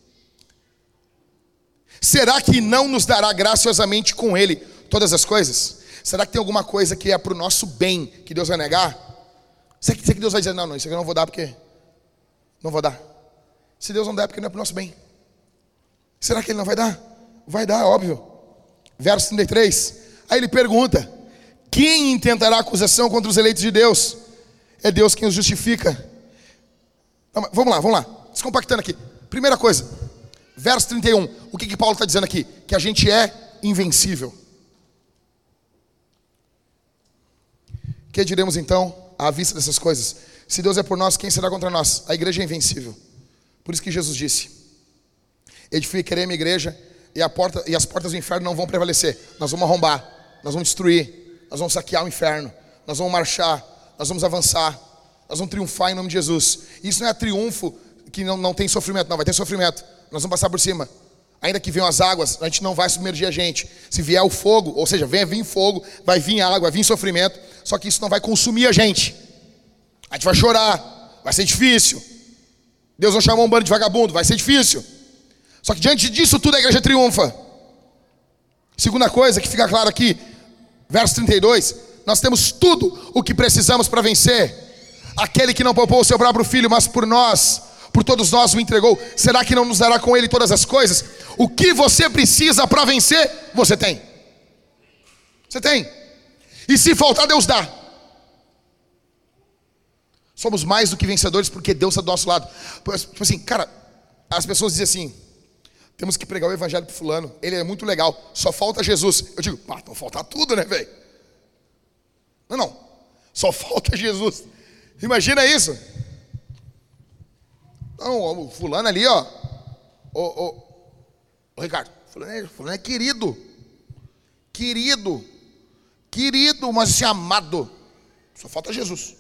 será que não nos dará graciosamente com ele todas as coisas? Será que tem alguma coisa que é para o nosso bem que Deus vai negar? Será que, será que Deus vai dizer, não, não, isso aqui eu não vou dar porque não vou dar? Se Deus não der é porque não é para o nosso bem. Será que ele não vai dar? Vai dar, óbvio. Verso trinta e três. Aí ele pergunta: quem intentará acusação contra os eleitos de Deus? É Deus quem os justifica. Não, vamos lá, vamos lá. Descompactando aqui. Primeira coisa, verso trinta e um. O que que Paulo está dizendo aqui? Que a gente é invencível. Que diremos então à vista dessas coisas? Se Deus é por nós, quem será contra nós? A igreja é invencível. Por isso que Jesus disse: edificarei a minha igreja e, a porta, e as portas do inferno não vão prevalecer. Nós vamos arrombar, nós vamos destruir, nós vamos saquear o inferno, nós vamos marchar, nós vamos avançar, nós vamos triunfar em nome de Jesus. Isso não é triunfo que não, não tem sofrimento, não, vai ter sofrimento. Nós vamos passar por cima. Ainda que venham as águas, a gente não vai submergir a gente. Se vier o fogo, ou seja, venha vir fogo, vai vir água, vai vir sofrimento, só que isso não vai consumir a gente. A gente vai chorar, vai ser difícil. Deus não chamou um bando de vagabundo, vai ser difícil. Só que diante disso tudo a igreja triunfa. Segunda coisa que fica claro aqui, verso trinta e dois, nós temos tudo o que precisamos para vencer. Aquele que não poupou o seu próprio filho, mas por nós, por todos nós o entregou, será que não nos dará com ele todas as coisas? O que você precisa para vencer, você tem. Você tem. E se faltar, Deus dá. Somos mais do que vencedores porque Deus está do nosso lado. Tipo assim, cara, as pessoas dizem assim: temos que pregar o evangelho para fulano, ele é muito legal, só falta Jesus. Eu digo, pá, então falta tudo, né, velho? Não, não, só falta Jesus. Imagina isso. Não, o fulano ali, ó, Ô, ô, ô Ricardo, fulano é, fulano é querido. Querido. Querido, mas esse amado. Só falta Jesus.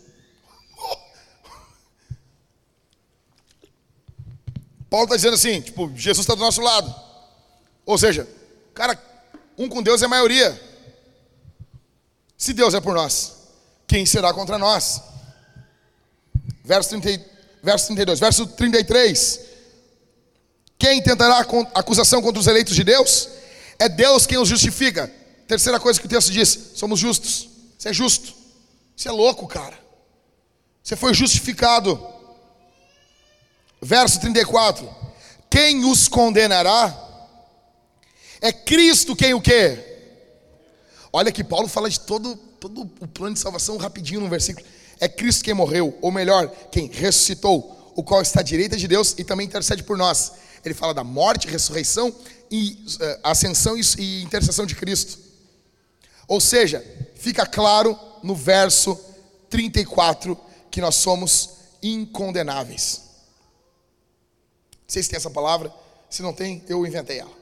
Paulo está dizendo assim, tipo, Jesus está do nosso lado. Ou seja, cara, um com Deus é a maioria. Se Deus é por nós, quem será contra nós? Verso, trinta, verso trinta e dois, verso trinta e três. Quem tentará acusação contra os eleitos de Deus? É Deus quem os justifica. Terceira coisa que o texto diz, somos justos. Você é justo. Você é louco, cara. Você foi justificado. Verso trinta e quatro. Quem os condenará? É Cristo quem o quê? Olha que Paulo fala de todo, todo o plano de salvação rapidinho no versículo. É Cristo quem morreu, ou melhor, quem ressuscitou, o qual está à direita de Deus e também intercede por nós. Ele fala da morte, ressurreição e uh, ascensão e, e intercessão de Cristo. Ou seja, fica claro no verso trinta e quatro que nós somos incondenáveis. Não sei se tem essa palavra, se não tem, eu inventei ela.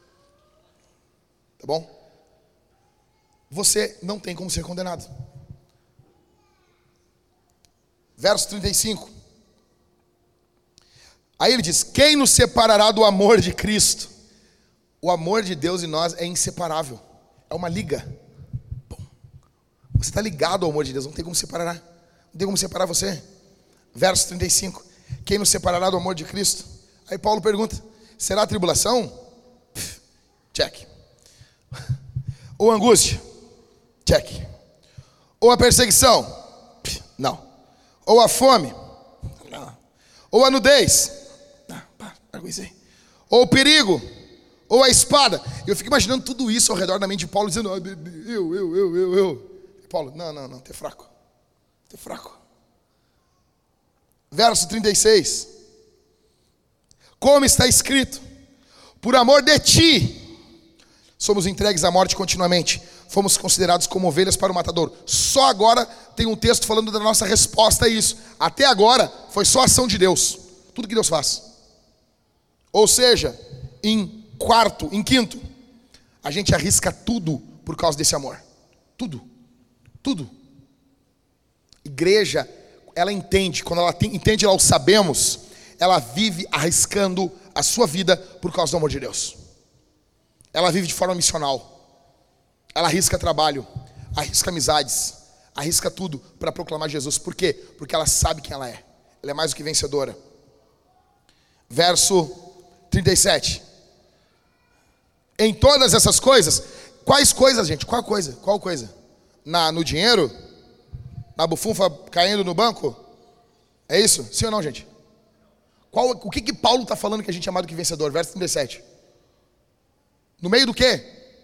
Tá bom? Você não tem como ser condenado. Verso trinta e cinco. Aí ele diz, quem nos separará do amor de Cristo? O amor de Deus em nós é inseparável. É uma liga. Bom, você está ligado ao amor de Deus, não tem como separar. Não tem como separar você. Verso trinta e cinco. Quem nos separará do amor de Cristo? Aí Paulo pergunta, será a tribulação? Pff, check. Ou angústia? Check. Ou a perseguição? Pff, não. Ou a fome? Não. Ou a nudez? Não, para, para com isso aí. Ou o perigo? Ou a espada? Eu fico imaginando tudo isso ao redor da mente de Paulo, dizendo, eu, eu, eu, eu, eu. E Paulo, não, não, não, tu é fraco. Tu é fraco. Verso trinta e seis. Como está escrito, por amor de ti, somos entregues à morte continuamente. Fomos considerados como ovelhas para o matador. Só agora tem um texto falando da nossa resposta a isso. Até agora foi só ação de Deus. Tudo que Deus faz. Ou seja, em quarto, em quinto, a gente arrisca tudo por causa desse amor. Tudo. Tudo. Igreja, ela entende. Quando ela tem, entende, ela o sabemos. Ela vive arriscando a sua vida por causa do amor de Deus. Ela vive de forma missional. Ela arrisca trabalho, arrisca amizades, arrisca tudo para proclamar Jesus. Por quê? Porque ela sabe quem ela é. Ela é mais do que vencedora. Verso trinta e sete. Em todas essas coisas, quais coisas, gente? Qual coisa? Qual coisa? Na, no dinheiro? Na bufunfa caindo no banco? É isso? Sim ou não, gente? Qual, o que que Paulo está falando que a gente é mais do que vencedor? Verso trinta e sete. No meio do quê?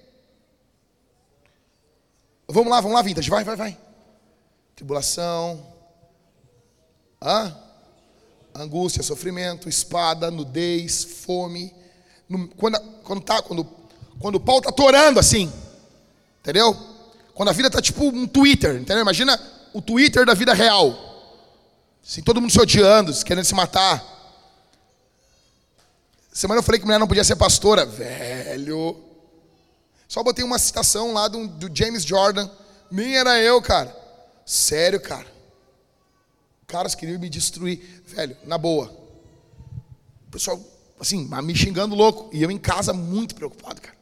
Vamos lá, vamos lá, Vintage. Vai, vai, vai. Tribulação. Hã? Angústia, sofrimento, espada, nudez, fome. No, quando, quando, tá, quando, quando o Paulo está torando assim. Entendeu? Quando a vida está tipo um Twitter. Entendeu? Imagina o Twitter da vida real. Assim, todo mundo se odiando, querendo se matar. Semana eu falei que mulher não podia ser pastora. Velho. Só botei uma citação lá do, do James Jordan. Nem era eu, cara. Sério, cara. Caras queriam me destruir. Velho, na boa. O pessoal, assim, me xingando louco. E eu em casa muito preocupado, cara.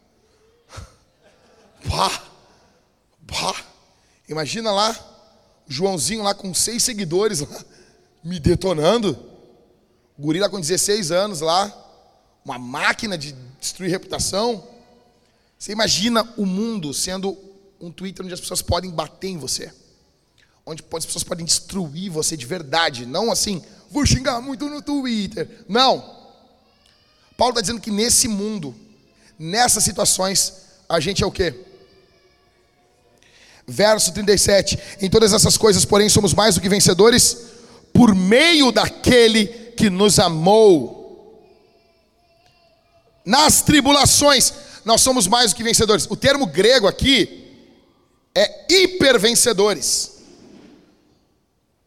Pá. Pá. Imagina lá, o Joãozinho lá com seis seguidores lá, me detonando. O guri lá com dezesseis anos lá. Uma máquina de destruir reputação. Você imagina o mundo sendo um Twitter onde as pessoas podem bater em você. Onde as pessoas podem destruir você de verdade. Não assim, vou xingar muito no Twitter. Não. Paulo está dizendo que nesse mundo, nessas situações, a gente é o quê? Verso trinta e sete. Em todas essas coisas, porém, somos mais do que vencedores por meio daquele que nos amou. Nas tribulações, nós somos mais do que vencedores. O termo grego aqui é hipervencedores.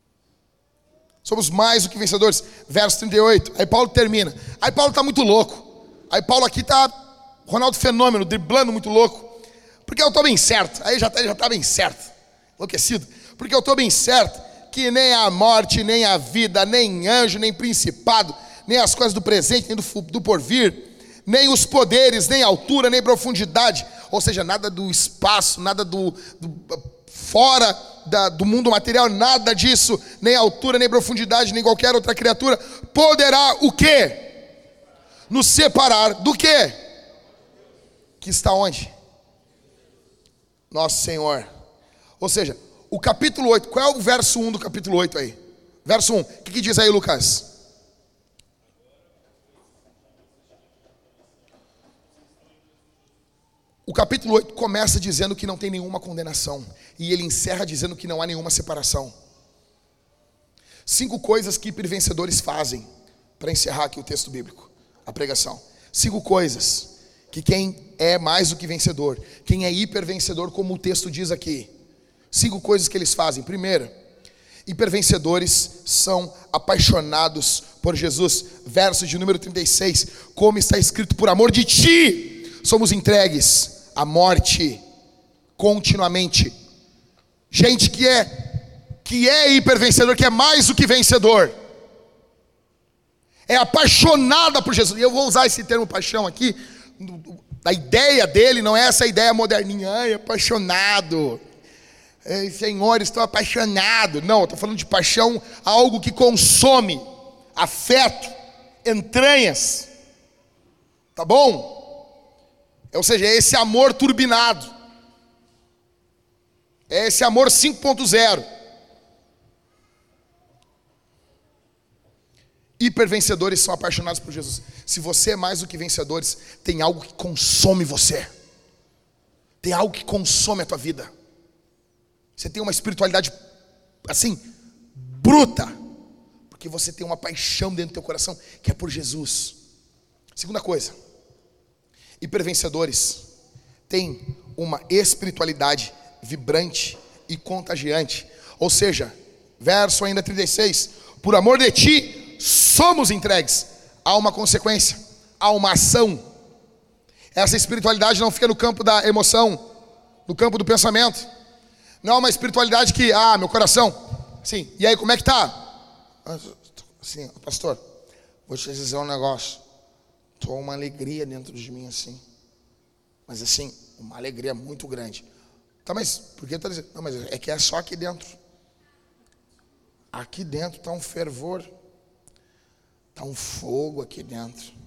Somos mais do que vencedores. Verso trinta e oito. Aí Paulo termina. Aí Paulo está muito louco. Aí Paulo aqui tá, Ronaldo Fenômeno, driblando muito louco. Porque eu tô bem certo. Aí já tá, já tá bem certo. Enlouquecido. Porque eu tô bem certo que nem a morte, nem a vida, nem anjo, nem principado, nem as coisas do presente, nem do, do porvir, nem os poderes, nem altura, nem profundidade, ou seja, nada do espaço, nada do, do fora da, do mundo material, nada disso, nem altura, nem profundidade, nem qualquer outra criatura, poderá o quê? Nos separar do quê? Que está onde? Nosso Senhor. Ou seja, o capítulo oito, qual é o verso um do capítulo oito aí? Verso um, o que, que diz aí, Lucas? O capítulo oito começa dizendo que não tem nenhuma condenação. E ele encerra dizendo que não há nenhuma separação. Cinco coisas que hipervencedores fazem, para encerrar aqui o texto bíblico, a pregação. Cinco coisas que quem é mais do que vencedor, quem é hipervencedor, como o texto diz aqui. Cinco coisas que eles fazem. Primeiro, hipervencedores são apaixonados por Jesus. Verso de número trinta e seis. Como está escrito, por amor de ti, somos entregues à morte continuamente. Gente que é, que é hipervencedor, que é mais do que vencedor. É apaixonada por Jesus. E eu vou usar esse termo paixão aqui. A ideia dele não é essa ideia moderninha. Ai, apaixonado. Ei, Senhor, estou apaixonado. Não, eu estou falando de paixão, algo que consome, afeto, entranhas. Tá bom? Ou seja, é esse amor turbinado. É esse amor cinco ponto zero. Hipervencedores são apaixonados por Jesus. Se você é mais do que vencedores, tem algo que consome você. Tem algo que consome a tua vida. Você tem uma espiritualidade assim, bruta, porque você tem uma paixão dentro do teu coração, que é por Jesus. Segunda coisa, hipervencedores têm uma espiritualidade vibrante e contagiante. Ou seja, verso ainda trinta e seis, por amor de ti, somos entregues. Há uma consequência, há uma ação. Essa espiritualidade não fica no campo da emoção, no campo do pensamento. Não é uma espiritualidade que, ah, meu coração, sim, e aí como é que tá? Assim, pastor, vou te dizer um negócio. Tô uma alegria dentro de mim assim. Mas assim, uma alegria muito grande. Tá, mas por que tá dizendo? Não, mas é que é só aqui dentro. Aqui dentro tá um fervor. Tá um fogo aqui dentro.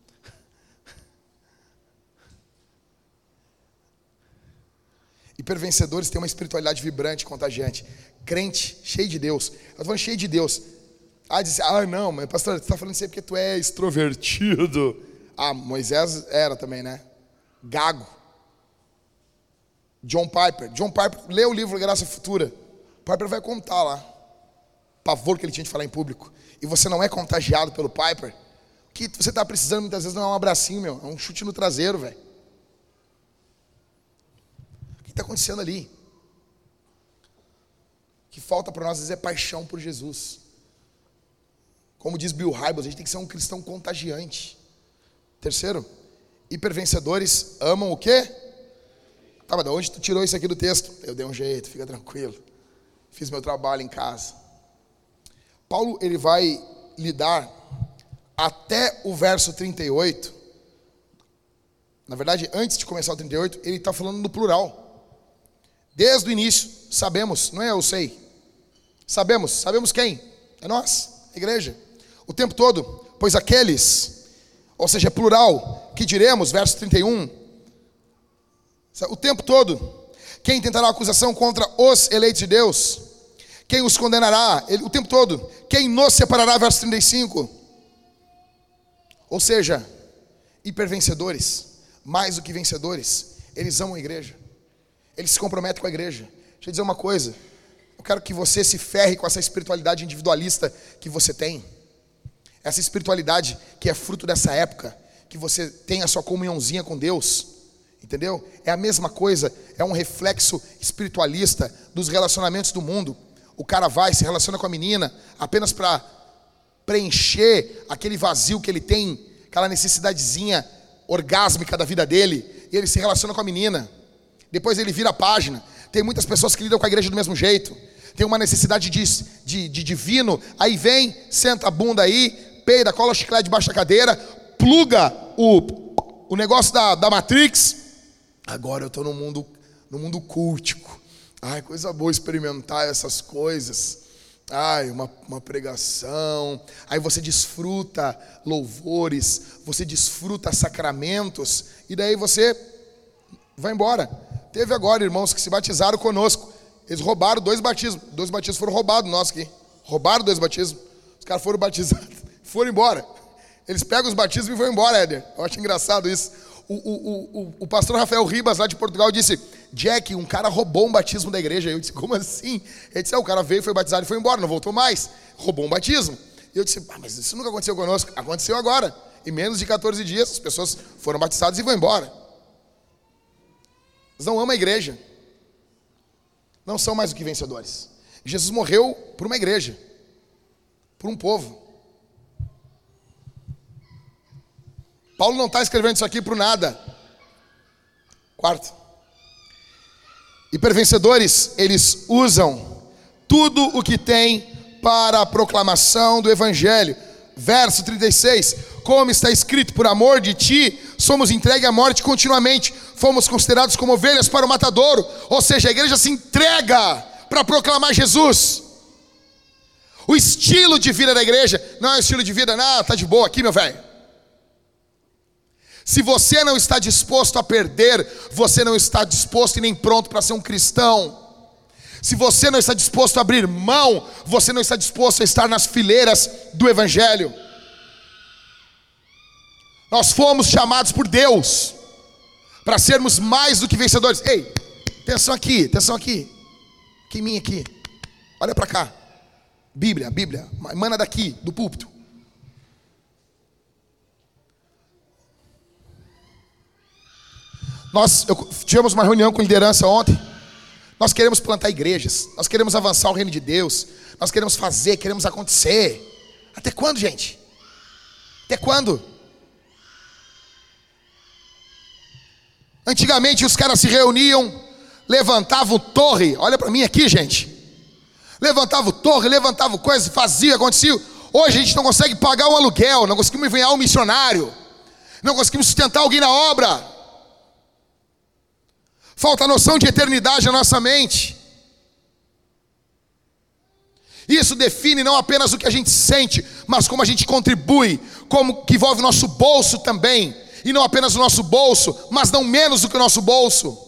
Hipervencedores têm uma espiritualidade vibrante, contagiante. Crente, cheio de Deus. Eu estou falando cheio de Deus. Ah, diz, ah, não, mas pastor, você está falando isso aí porque tu é extrovertido. Ah, Moisés era também, né? Gago. John Piper. John Piper, lê o livro Graça Futura. Piper vai contar lá. O pavor que ele tinha de falar em público. E você não é contagiado pelo Piper. O que você está precisando muitas vezes não é um abracinho, meu. É um chute no traseiro, velho. O que está acontecendo ali? O que falta para nós às vezes é paixão por Jesus. Como diz Bill Hybels, a gente tem que ser um cristão contagiante. Terceiro, hipervencedores amam o quê? Tá, mas de onde tu tirou isso aqui do texto? Eu dei um jeito, fica tranquilo. Fiz meu trabalho em casa. Paulo, ele vai lidar até o verso trinta e oito. Na verdade, antes de começar o trinta e oito, ele está falando no plural. Desde o início, sabemos, não é eu sei. Sabemos, sabemos quem? É nós, a igreja. O tempo todo, pois aqueles, ou seja, plural, que diremos, verso trinta e um, o tempo todo, quem tentará acusação contra os eleitos de Deus? Quem os condenará? Ele, o tempo todo, quem nos separará, verso trinta e cinco. Ou seja, hipervencedores, mais do que vencedores, eles amam a igreja, eles se comprometem com a igreja. Deixa eu dizer uma coisa, eu quero que você se ferre com essa espiritualidade individualista que você tem. Essa espiritualidade que é fruto dessa época, que você tem a sua comunhãozinha com Deus, entendeu? É a mesma coisa, é um reflexo espiritualista dos relacionamentos do mundo. O cara vai, se relaciona com a menina apenas para preencher aquele vazio que ele tem, aquela necessidadezinha orgásmica da vida dele, e ele se relaciona com a menina. Depois ele vira a página. Tem muitas pessoas que lidam com a igreja do mesmo jeito. Tem uma necessidade de, de, de divino, aí vem, senta a bunda aí, peida, cola o chiclete debaixo da cadeira, pluga o, o negócio da, da Matrix. Agora eu estou no mundo, no mundo cultico. Ai, coisa boa experimentar essas coisas. Ai, uma, uma pregação. Aí você desfruta louvores, você desfruta sacramentos, e daí você vai embora. Teve agora irmãos que se batizaram conosco. Eles roubaram dois batismos. Dois batismos foram roubados nós aqui. Roubaram dois batismos. Os caras foram batizados, foram embora. Eles pegam os batismos e vão embora, Éder. Eu acho engraçado isso. O, o, o, o pastor Rafael Ribas, lá de Portugal, disse: Jack, um cara roubou um batismo da igreja. Eu disse: como assim? Ele disse: ah, o cara veio, foi batizado e foi embora, não voltou mais. Roubou um batismo. E eu disse: ah, mas isso nunca aconteceu conosco. Aconteceu agora. Em menos de quatorze dias, as pessoas foram batizadas e vão embora. Eles não amam a igreja. Não são mais do que vencedores. Jesus morreu por uma igreja, por um povo. Paulo não está escrevendo isso aqui por nada. Quarto. Hipervencedores, eles usam tudo o que tem para a proclamação do evangelho. Verso trinta e seis. Como está escrito: por amor de ti, somos entregues à morte continuamente. Fomos considerados como ovelhas para o matadouro. Ou seja, a igreja se entrega para proclamar Jesus. O estilo de vida da igreja não é um estilo de vida, não, tá de boa aqui, meu velho. Se você não está disposto a perder, você não está disposto e nem pronto para ser um cristão. Se você não está disposto a abrir mão, você não está disposto a estar nas fileiras do evangelho. Nós fomos chamados por Deus para sermos mais do que vencedores. Ei, atenção aqui, atenção aqui. Aqui em mim aqui. Olha para cá. Bíblia, Bíblia. Emana daqui, do púlpito. Nós eu, tivemos uma reunião com liderança ontem. Nós queremos plantar igrejas. Nós queremos avançar o reino de Deus. Nós queremos fazer, queremos acontecer. Até quando, gente? Até quando? Antigamente os caras se reuniam, levantavam torre. Olha para mim aqui, gente. Levantavam torre, levantavam coisas, faziam, acontecia. Hoje a gente não consegue pagar um aluguel, não conseguimos enviar um missionário, não conseguimos sustentar alguém na obra. Falta a noção de eternidade na nossa mente. Isso define não apenas o que a gente sente, mas como a gente contribui, como que envolve o nosso bolso também. E não apenas o nosso bolso, mas não menos do que o nosso bolso.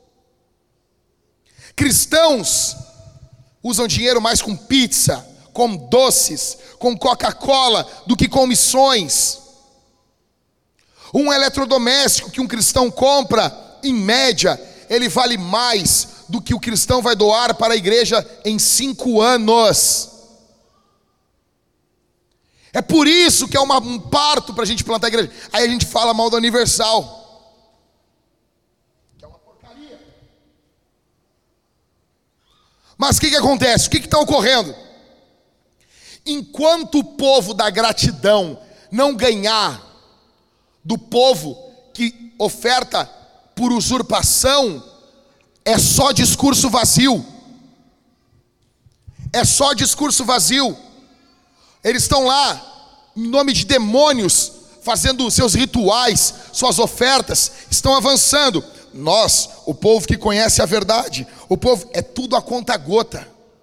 Cristãos usam dinheiro mais com pizza, com doces, com Coca-Cola, do que com missões. Um eletrodoméstico que um cristão compra, em média, ele vale mais do que o cristão vai doar para a igreja em cinco anos. É por isso que é uma, um parto para a gente plantar a igreja. Aí a gente fala mal da Universal, que é uma porcaria. Mas o que, que acontece? O que está ocorrendo? Enquanto o povo da gratidão não ganhar do povo que oferta por usurpação, é só discurso vazio. É só discurso vazio. Eles estão lá, em nome de demônios, fazendo seus rituais, suas ofertas, estão avançando. Nós, o povo que conhece a verdade, o povo, é tudo a conta gota.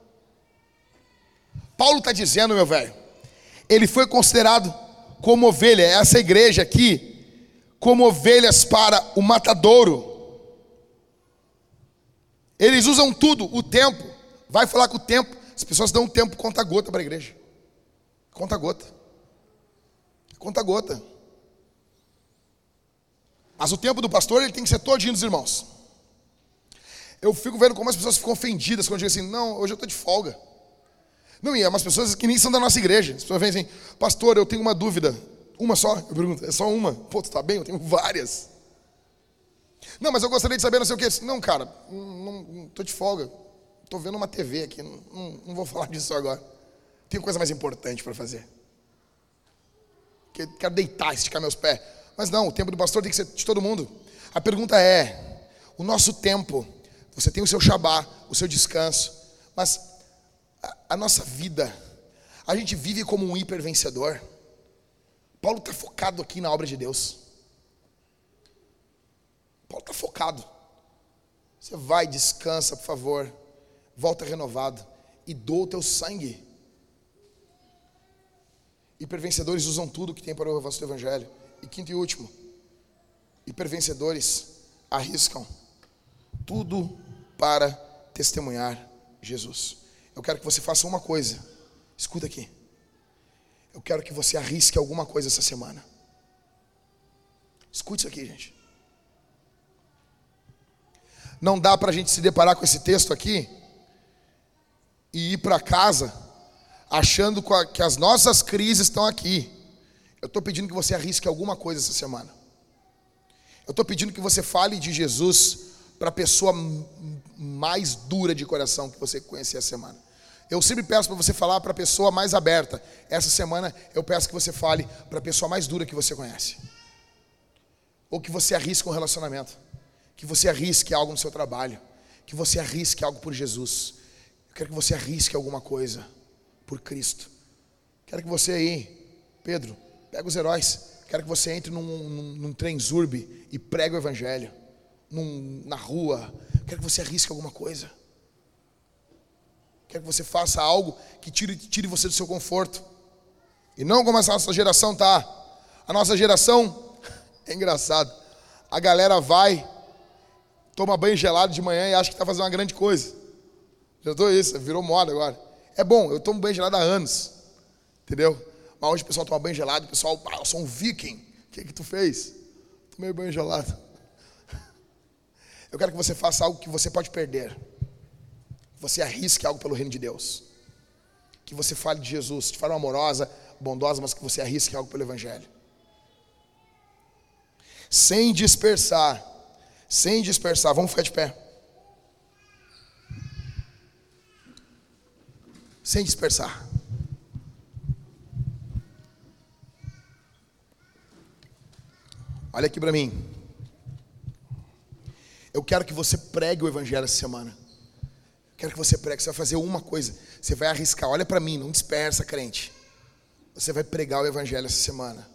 Paulo está dizendo, meu velho, ele foi considerado como ovelha, essa igreja aqui, como ovelhas para o matadouro. Eles usam tudo, o tempo. Vai falar com o tempo. As pessoas dão um tempo conta gota para a igreja. Conta gota. Conta gota. Mas o tempo do pastor, ele tem que ser todinho dos irmãos. Eu fico vendo como as pessoas ficam ofendidas quando eu digo assim: não, hoje eu estou de folga. Não, e é umas pessoas que nem são da nossa igreja. As pessoas vêm assim: pastor, eu tenho uma dúvida. Uma só? Eu pergunto: é só uma? Pô, tu tá bem? Eu tenho várias. Não, mas eu gostaria de saber não sei o que. Não, cara, não estou de folga. Estou vendo uma T V aqui, não, não, não vou falar disso agora. Tenho coisa mais importante para fazer. quero deitar, esticar meus pés. Mas não, o tempo do pastor tem que ser de todo mundo. A pergunta é, o nosso tempo, você tem o seu Shabá, o seu descanso, mas a, a nossa vida, a gente vive como um hipervencedor. Paulo está focado aqui na obra de Deus. Paulo está focado. Você vai, descansa, por favor, volta renovado e doa o teu sangue. Hipervencedores usam tudo que tem para o avanço do evangelho. E quinto e último, hipervencedores arriscam tudo para testemunhar Jesus. Eu quero que você faça uma coisa. Escuta aqui. Eu quero que você arrisque alguma coisa essa semana. Escute isso aqui, gente. Não dá para a gente se deparar com esse texto aqui e ir para casa achando que as nossas crises estão aqui. Eu estou pedindo que você arrisque alguma coisa essa semana. Eu estou pedindo que você fale de Jesus para a pessoa mais dura de coração que você conhecer essa semana. Eu sempre peço para você falar para a pessoa mais aberta. Essa semana eu peço que você fale para a pessoa mais dura que você conhece. Ou que você arrisque um relacionamento. Que você arrisque algo no seu trabalho. Que você arrisque algo por Jesus. Eu quero que você arrisque alguma coisa por Cristo. Quero que você aí, Pedro, pega os heróis. Quero que você entre num, num, num trem Zurb e pregue o evangelho. Num, na rua. Quero que você arrisque alguma coisa. Quero que você faça algo que tire, tire você do seu conforto. E não como a nossa geração tá. A nossa geração, é engraçado. A galera vai, toma banho gelado de manhã e acha que está fazendo uma grande coisa. Já estou isso, virou moda agora. É bom, eu tomo banho gelado há anos. Entendeu? Mas hoje o pessoal toma banho gelado, o pessoal, ah, eu sou um viking. O que que tu fez? Tomei banho gelado. Eu quero que você faça algo que você pode perder. Você arrisque algo pelo reino de Deus. Que você fale de Jesus de forma amorosa, bondosa, mas que você arrisque algo pelo evangelho. Sem dispersar. Sem dispersar. Vamos ficar de pé. Sem dispersar. Olha aqui para mim. Eu quero que você pregue o evangelho essa semana. Quero que você pregue, você vai fazer uma coisa. Você vai arriscar, olha para mim, não dispersa, crente. Você vai pregar o evangelho essa semana.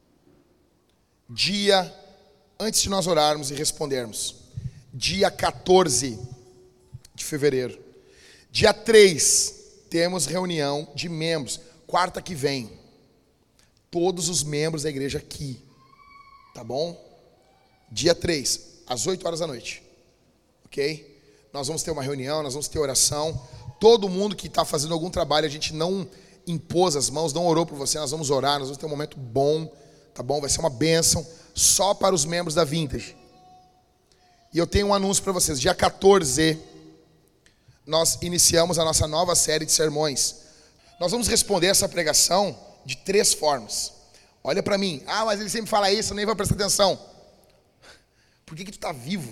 Dia, antes de nós orarmos e respondermos. Dia quatorze de fevereiro. Dia três, temos reunião de membros. Quarta que vem. Todos os membros da igreja aqui. Tá bom? Dia três, às oito horas da noite. Ok? Nós vamos ter uma reunião, nós vamos ter oração. Todo mundo que está fazendo algum trabalho, a gente não impôs as mãos, não orou por você, nós vamos orar, nós vamos ter um momento bom, tá bom? Vai ser uma bênção só para os membros da Vintage. E eu tenho um anúncio para vocês. Dia quatorze, nós iniciamos a nossa nova série de sermões. Nós vamos responder essa pregação de três formas. Olha para mim. Ah, mas ele sempre fala isso, eu nem vou prestar atenção. Por que que tu está vivo?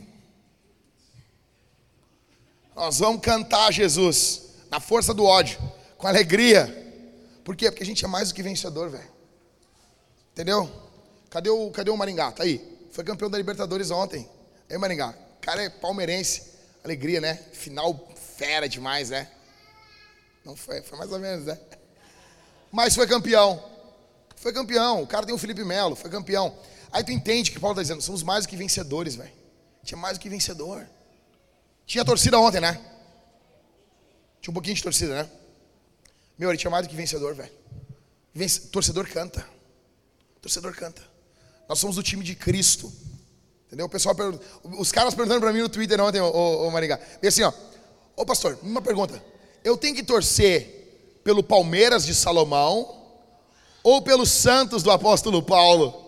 Nós vamos cantar Jesus na força do ódio, com alegria. Por quê? Porque a gente é mais do que vencedor, velho. Entendeu? Cadê o, cadê o Maringá? Tá aí. Foi campeão da Libertadores ontem. Aí, Maringá. O cara é palmeirense. Alegria, né? Final fera demais, né? Não foi, foi mais ou menos, né? Mas foi campeão. Foi campeão. O cara tem o Felipe Melo, foi campeão. Aí tu entende que Paulo está dizendo, somos mais do que vencedores, velho. A gente é mais do que vencedor. Tinha torcida ontem, né? Tinha um pouquinho de torcida, né? Meu, ele tinha mais do que vencedor, velho. Vence... Torcedor canta. Torcedor canta. Nós somos do time de Cristo. Entendeu? O pessoal pergunta... Os caras perguntando pra mim no Twitter ontem, ô, ô, ô Maringá. E assim, ó. Ô pastor, uma pergunta. Eu tenho que torcer pelo Palmeiras de Salomão ou pelos Santos do apóstolo Paulo?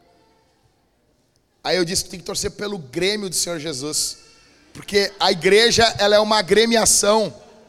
Aí eu disse que tem que torcer pelo Grêmio do Senhor Jesus. Porque a igreja, ela é uma agremiação.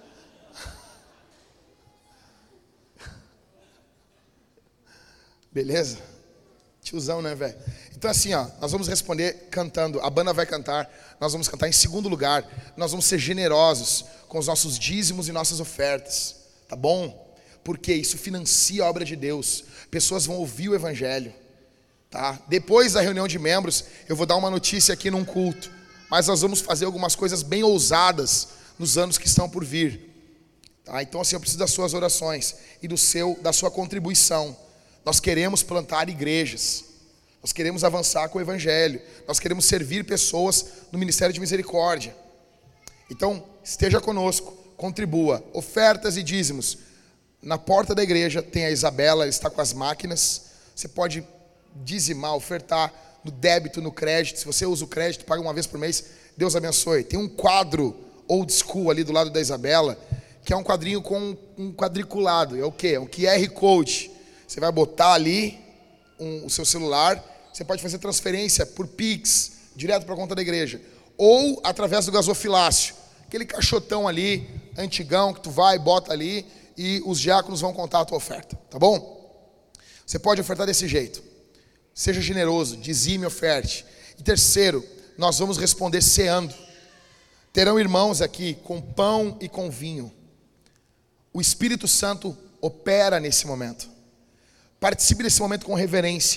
Beleza? Tiozão, né, velho? Então assim, ó, nós vamos responder cantando. A banda vai cantar, nós vamos cantar em segundo lugar. Nós vamos ser generosos com os nossos dízimos e nossas ofertas. Tá bom? porque isso financia a obra de Deus. Pessoas vão ouvir o evangelho, tá? Depois da reunião de membros, eu vou dar uma notícia aqui num culto, mas nós vamos fazer algumas coisas bem ousadas nos anos que estão por vir, tá? Então assim, eu preciso das suas orações e do seu, da sua contribuição. Nós queremos plantar igrejas, nós queremos avançar com o evangelho, nós queremos servir pessoas no ministério de misericórdia. Então esteja conosco, contribua, ofertas e dízimos. Na porta da igreja tem a Isabela, ela está com as máquinas. Você pode dizimar, ofertar no débito, no crédito. Se você usa o crédito, paga uma vez por mês, Deus abençoe. Tem um quadro old school ali do lado da Isabela, que é um quadrinho com um quadriculado. É o quê? É um Q R Code. Você vai botar ali um, o seu celular, você pode fazer transferência por Pix, direto para a conta da igreja, ou através do gasofilácio, aquele caixotão ali, antigão, que tu vai, bota ali, e os diáconos vão contar a tua oferta, tá bom? Você pode ofertar desse jeito. Seja generoso, dizime, oferte. E terceiro, nós vamos responder ceando. Terão irmãos aqui com pão e com vinho. O Espírito Santo opera nesse momento. Participe desse momento com reverência.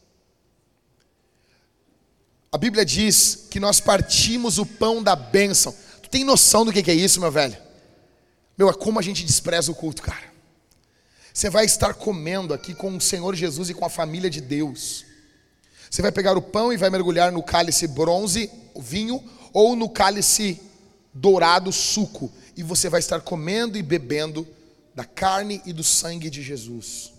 A Bíblia diz que nós partimos o pão da bênção. Tu tem noção do que é isso, meu velho? Meu, é como a gente despreza o culto, cara. Você vai estar comendo aqui com o Senhor Jesus e com a família de Deus. Você vai pegar o pão e vai mergulhar no cálice bronze, o vinho, ou no cálice dourado, suco. E você vai estar comendo e bebendo da carne e do sangue de Jesus.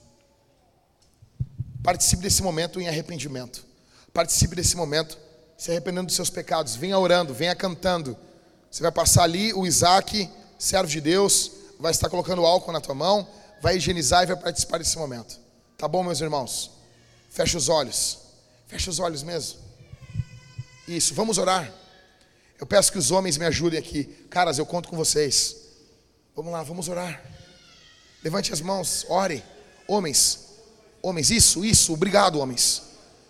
Participe desse momento em arrependimento. Participe desse momento se arrependendo dos seus pecados. Venha orando, venha cantando. Você vai passar ali, o Isaac, servo de Deus, vai estar colocando álcool na tua mão, vai higienizar e vai participar desse momento. Tá bom, meus irmãos? Fecha os olhos. Fecha os olhos mesmo. Isso, vamos orar. Eu peço que os homens me ajudem aqui. Caras, eu conto com vocês. Vamos lá, vamos orar. Levante as mãos, ore. Homens, homens, isso, isso, obrigado, homens.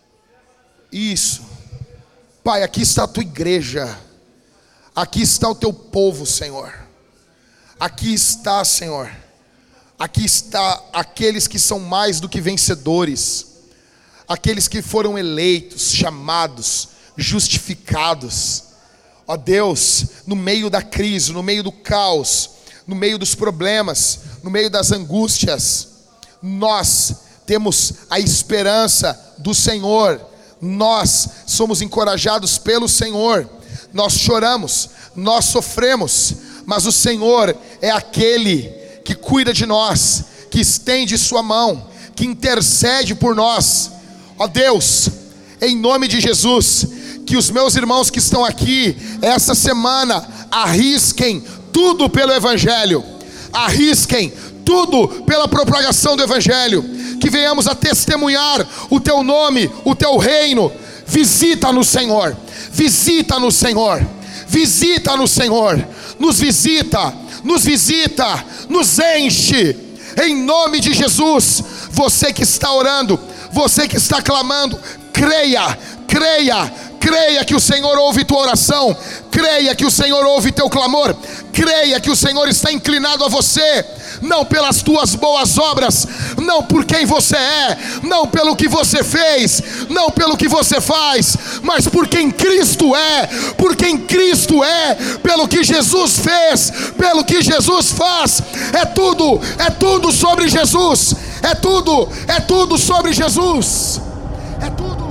Isso. Pai, aqui está a tua igreja. Aqui está o teu povo, Senhor. Aqui está, Senhor. Aqui está aqueles que são mais do que vencedores. Aqueles que foram eleitos, chamados, justificados. Ó Deus, no meio da crise, no meio do caos, no meio dos problemas, no meio das angústias, nós temos a esperança do Senhor. Nós somos encorajados pelo Senhor. Nós choramos, nós sofremos, mas o Senhor é aquele que cuida de nós, que estende sua mão, que intercede por nós. Ó Deus, em nome de Jesus, que os meus irmãos que estão aqui essa semana arrisquem tudo pelo Evangelho, arrisquem tudo pela propagação do Evangelho, que venhamos a testemunhar o teu nome, o teu reino. Visita-nos, Senhor, visita-nos, Senhor, visita-nos, Senhor, nos visita, nos visita, nos enche, em nome de Jesus. Você que está orando, você que está clamando, creia, creia, creia que o Senhor ouve tua oração, creia que o Senhor ouve teu clamor, creia que o Senhor está inclinado a você, não pelas tuas boas obras, não por quem você é, não pelo que você fez, não pelo que você faz, mas por quem Cristo é, por quem Cristo é, pelo que Jesus fez, pelo que Jesus faz. É tudo, é tudo sobre Jesus, é tudo, é tudo sobre Jesus, é tudo.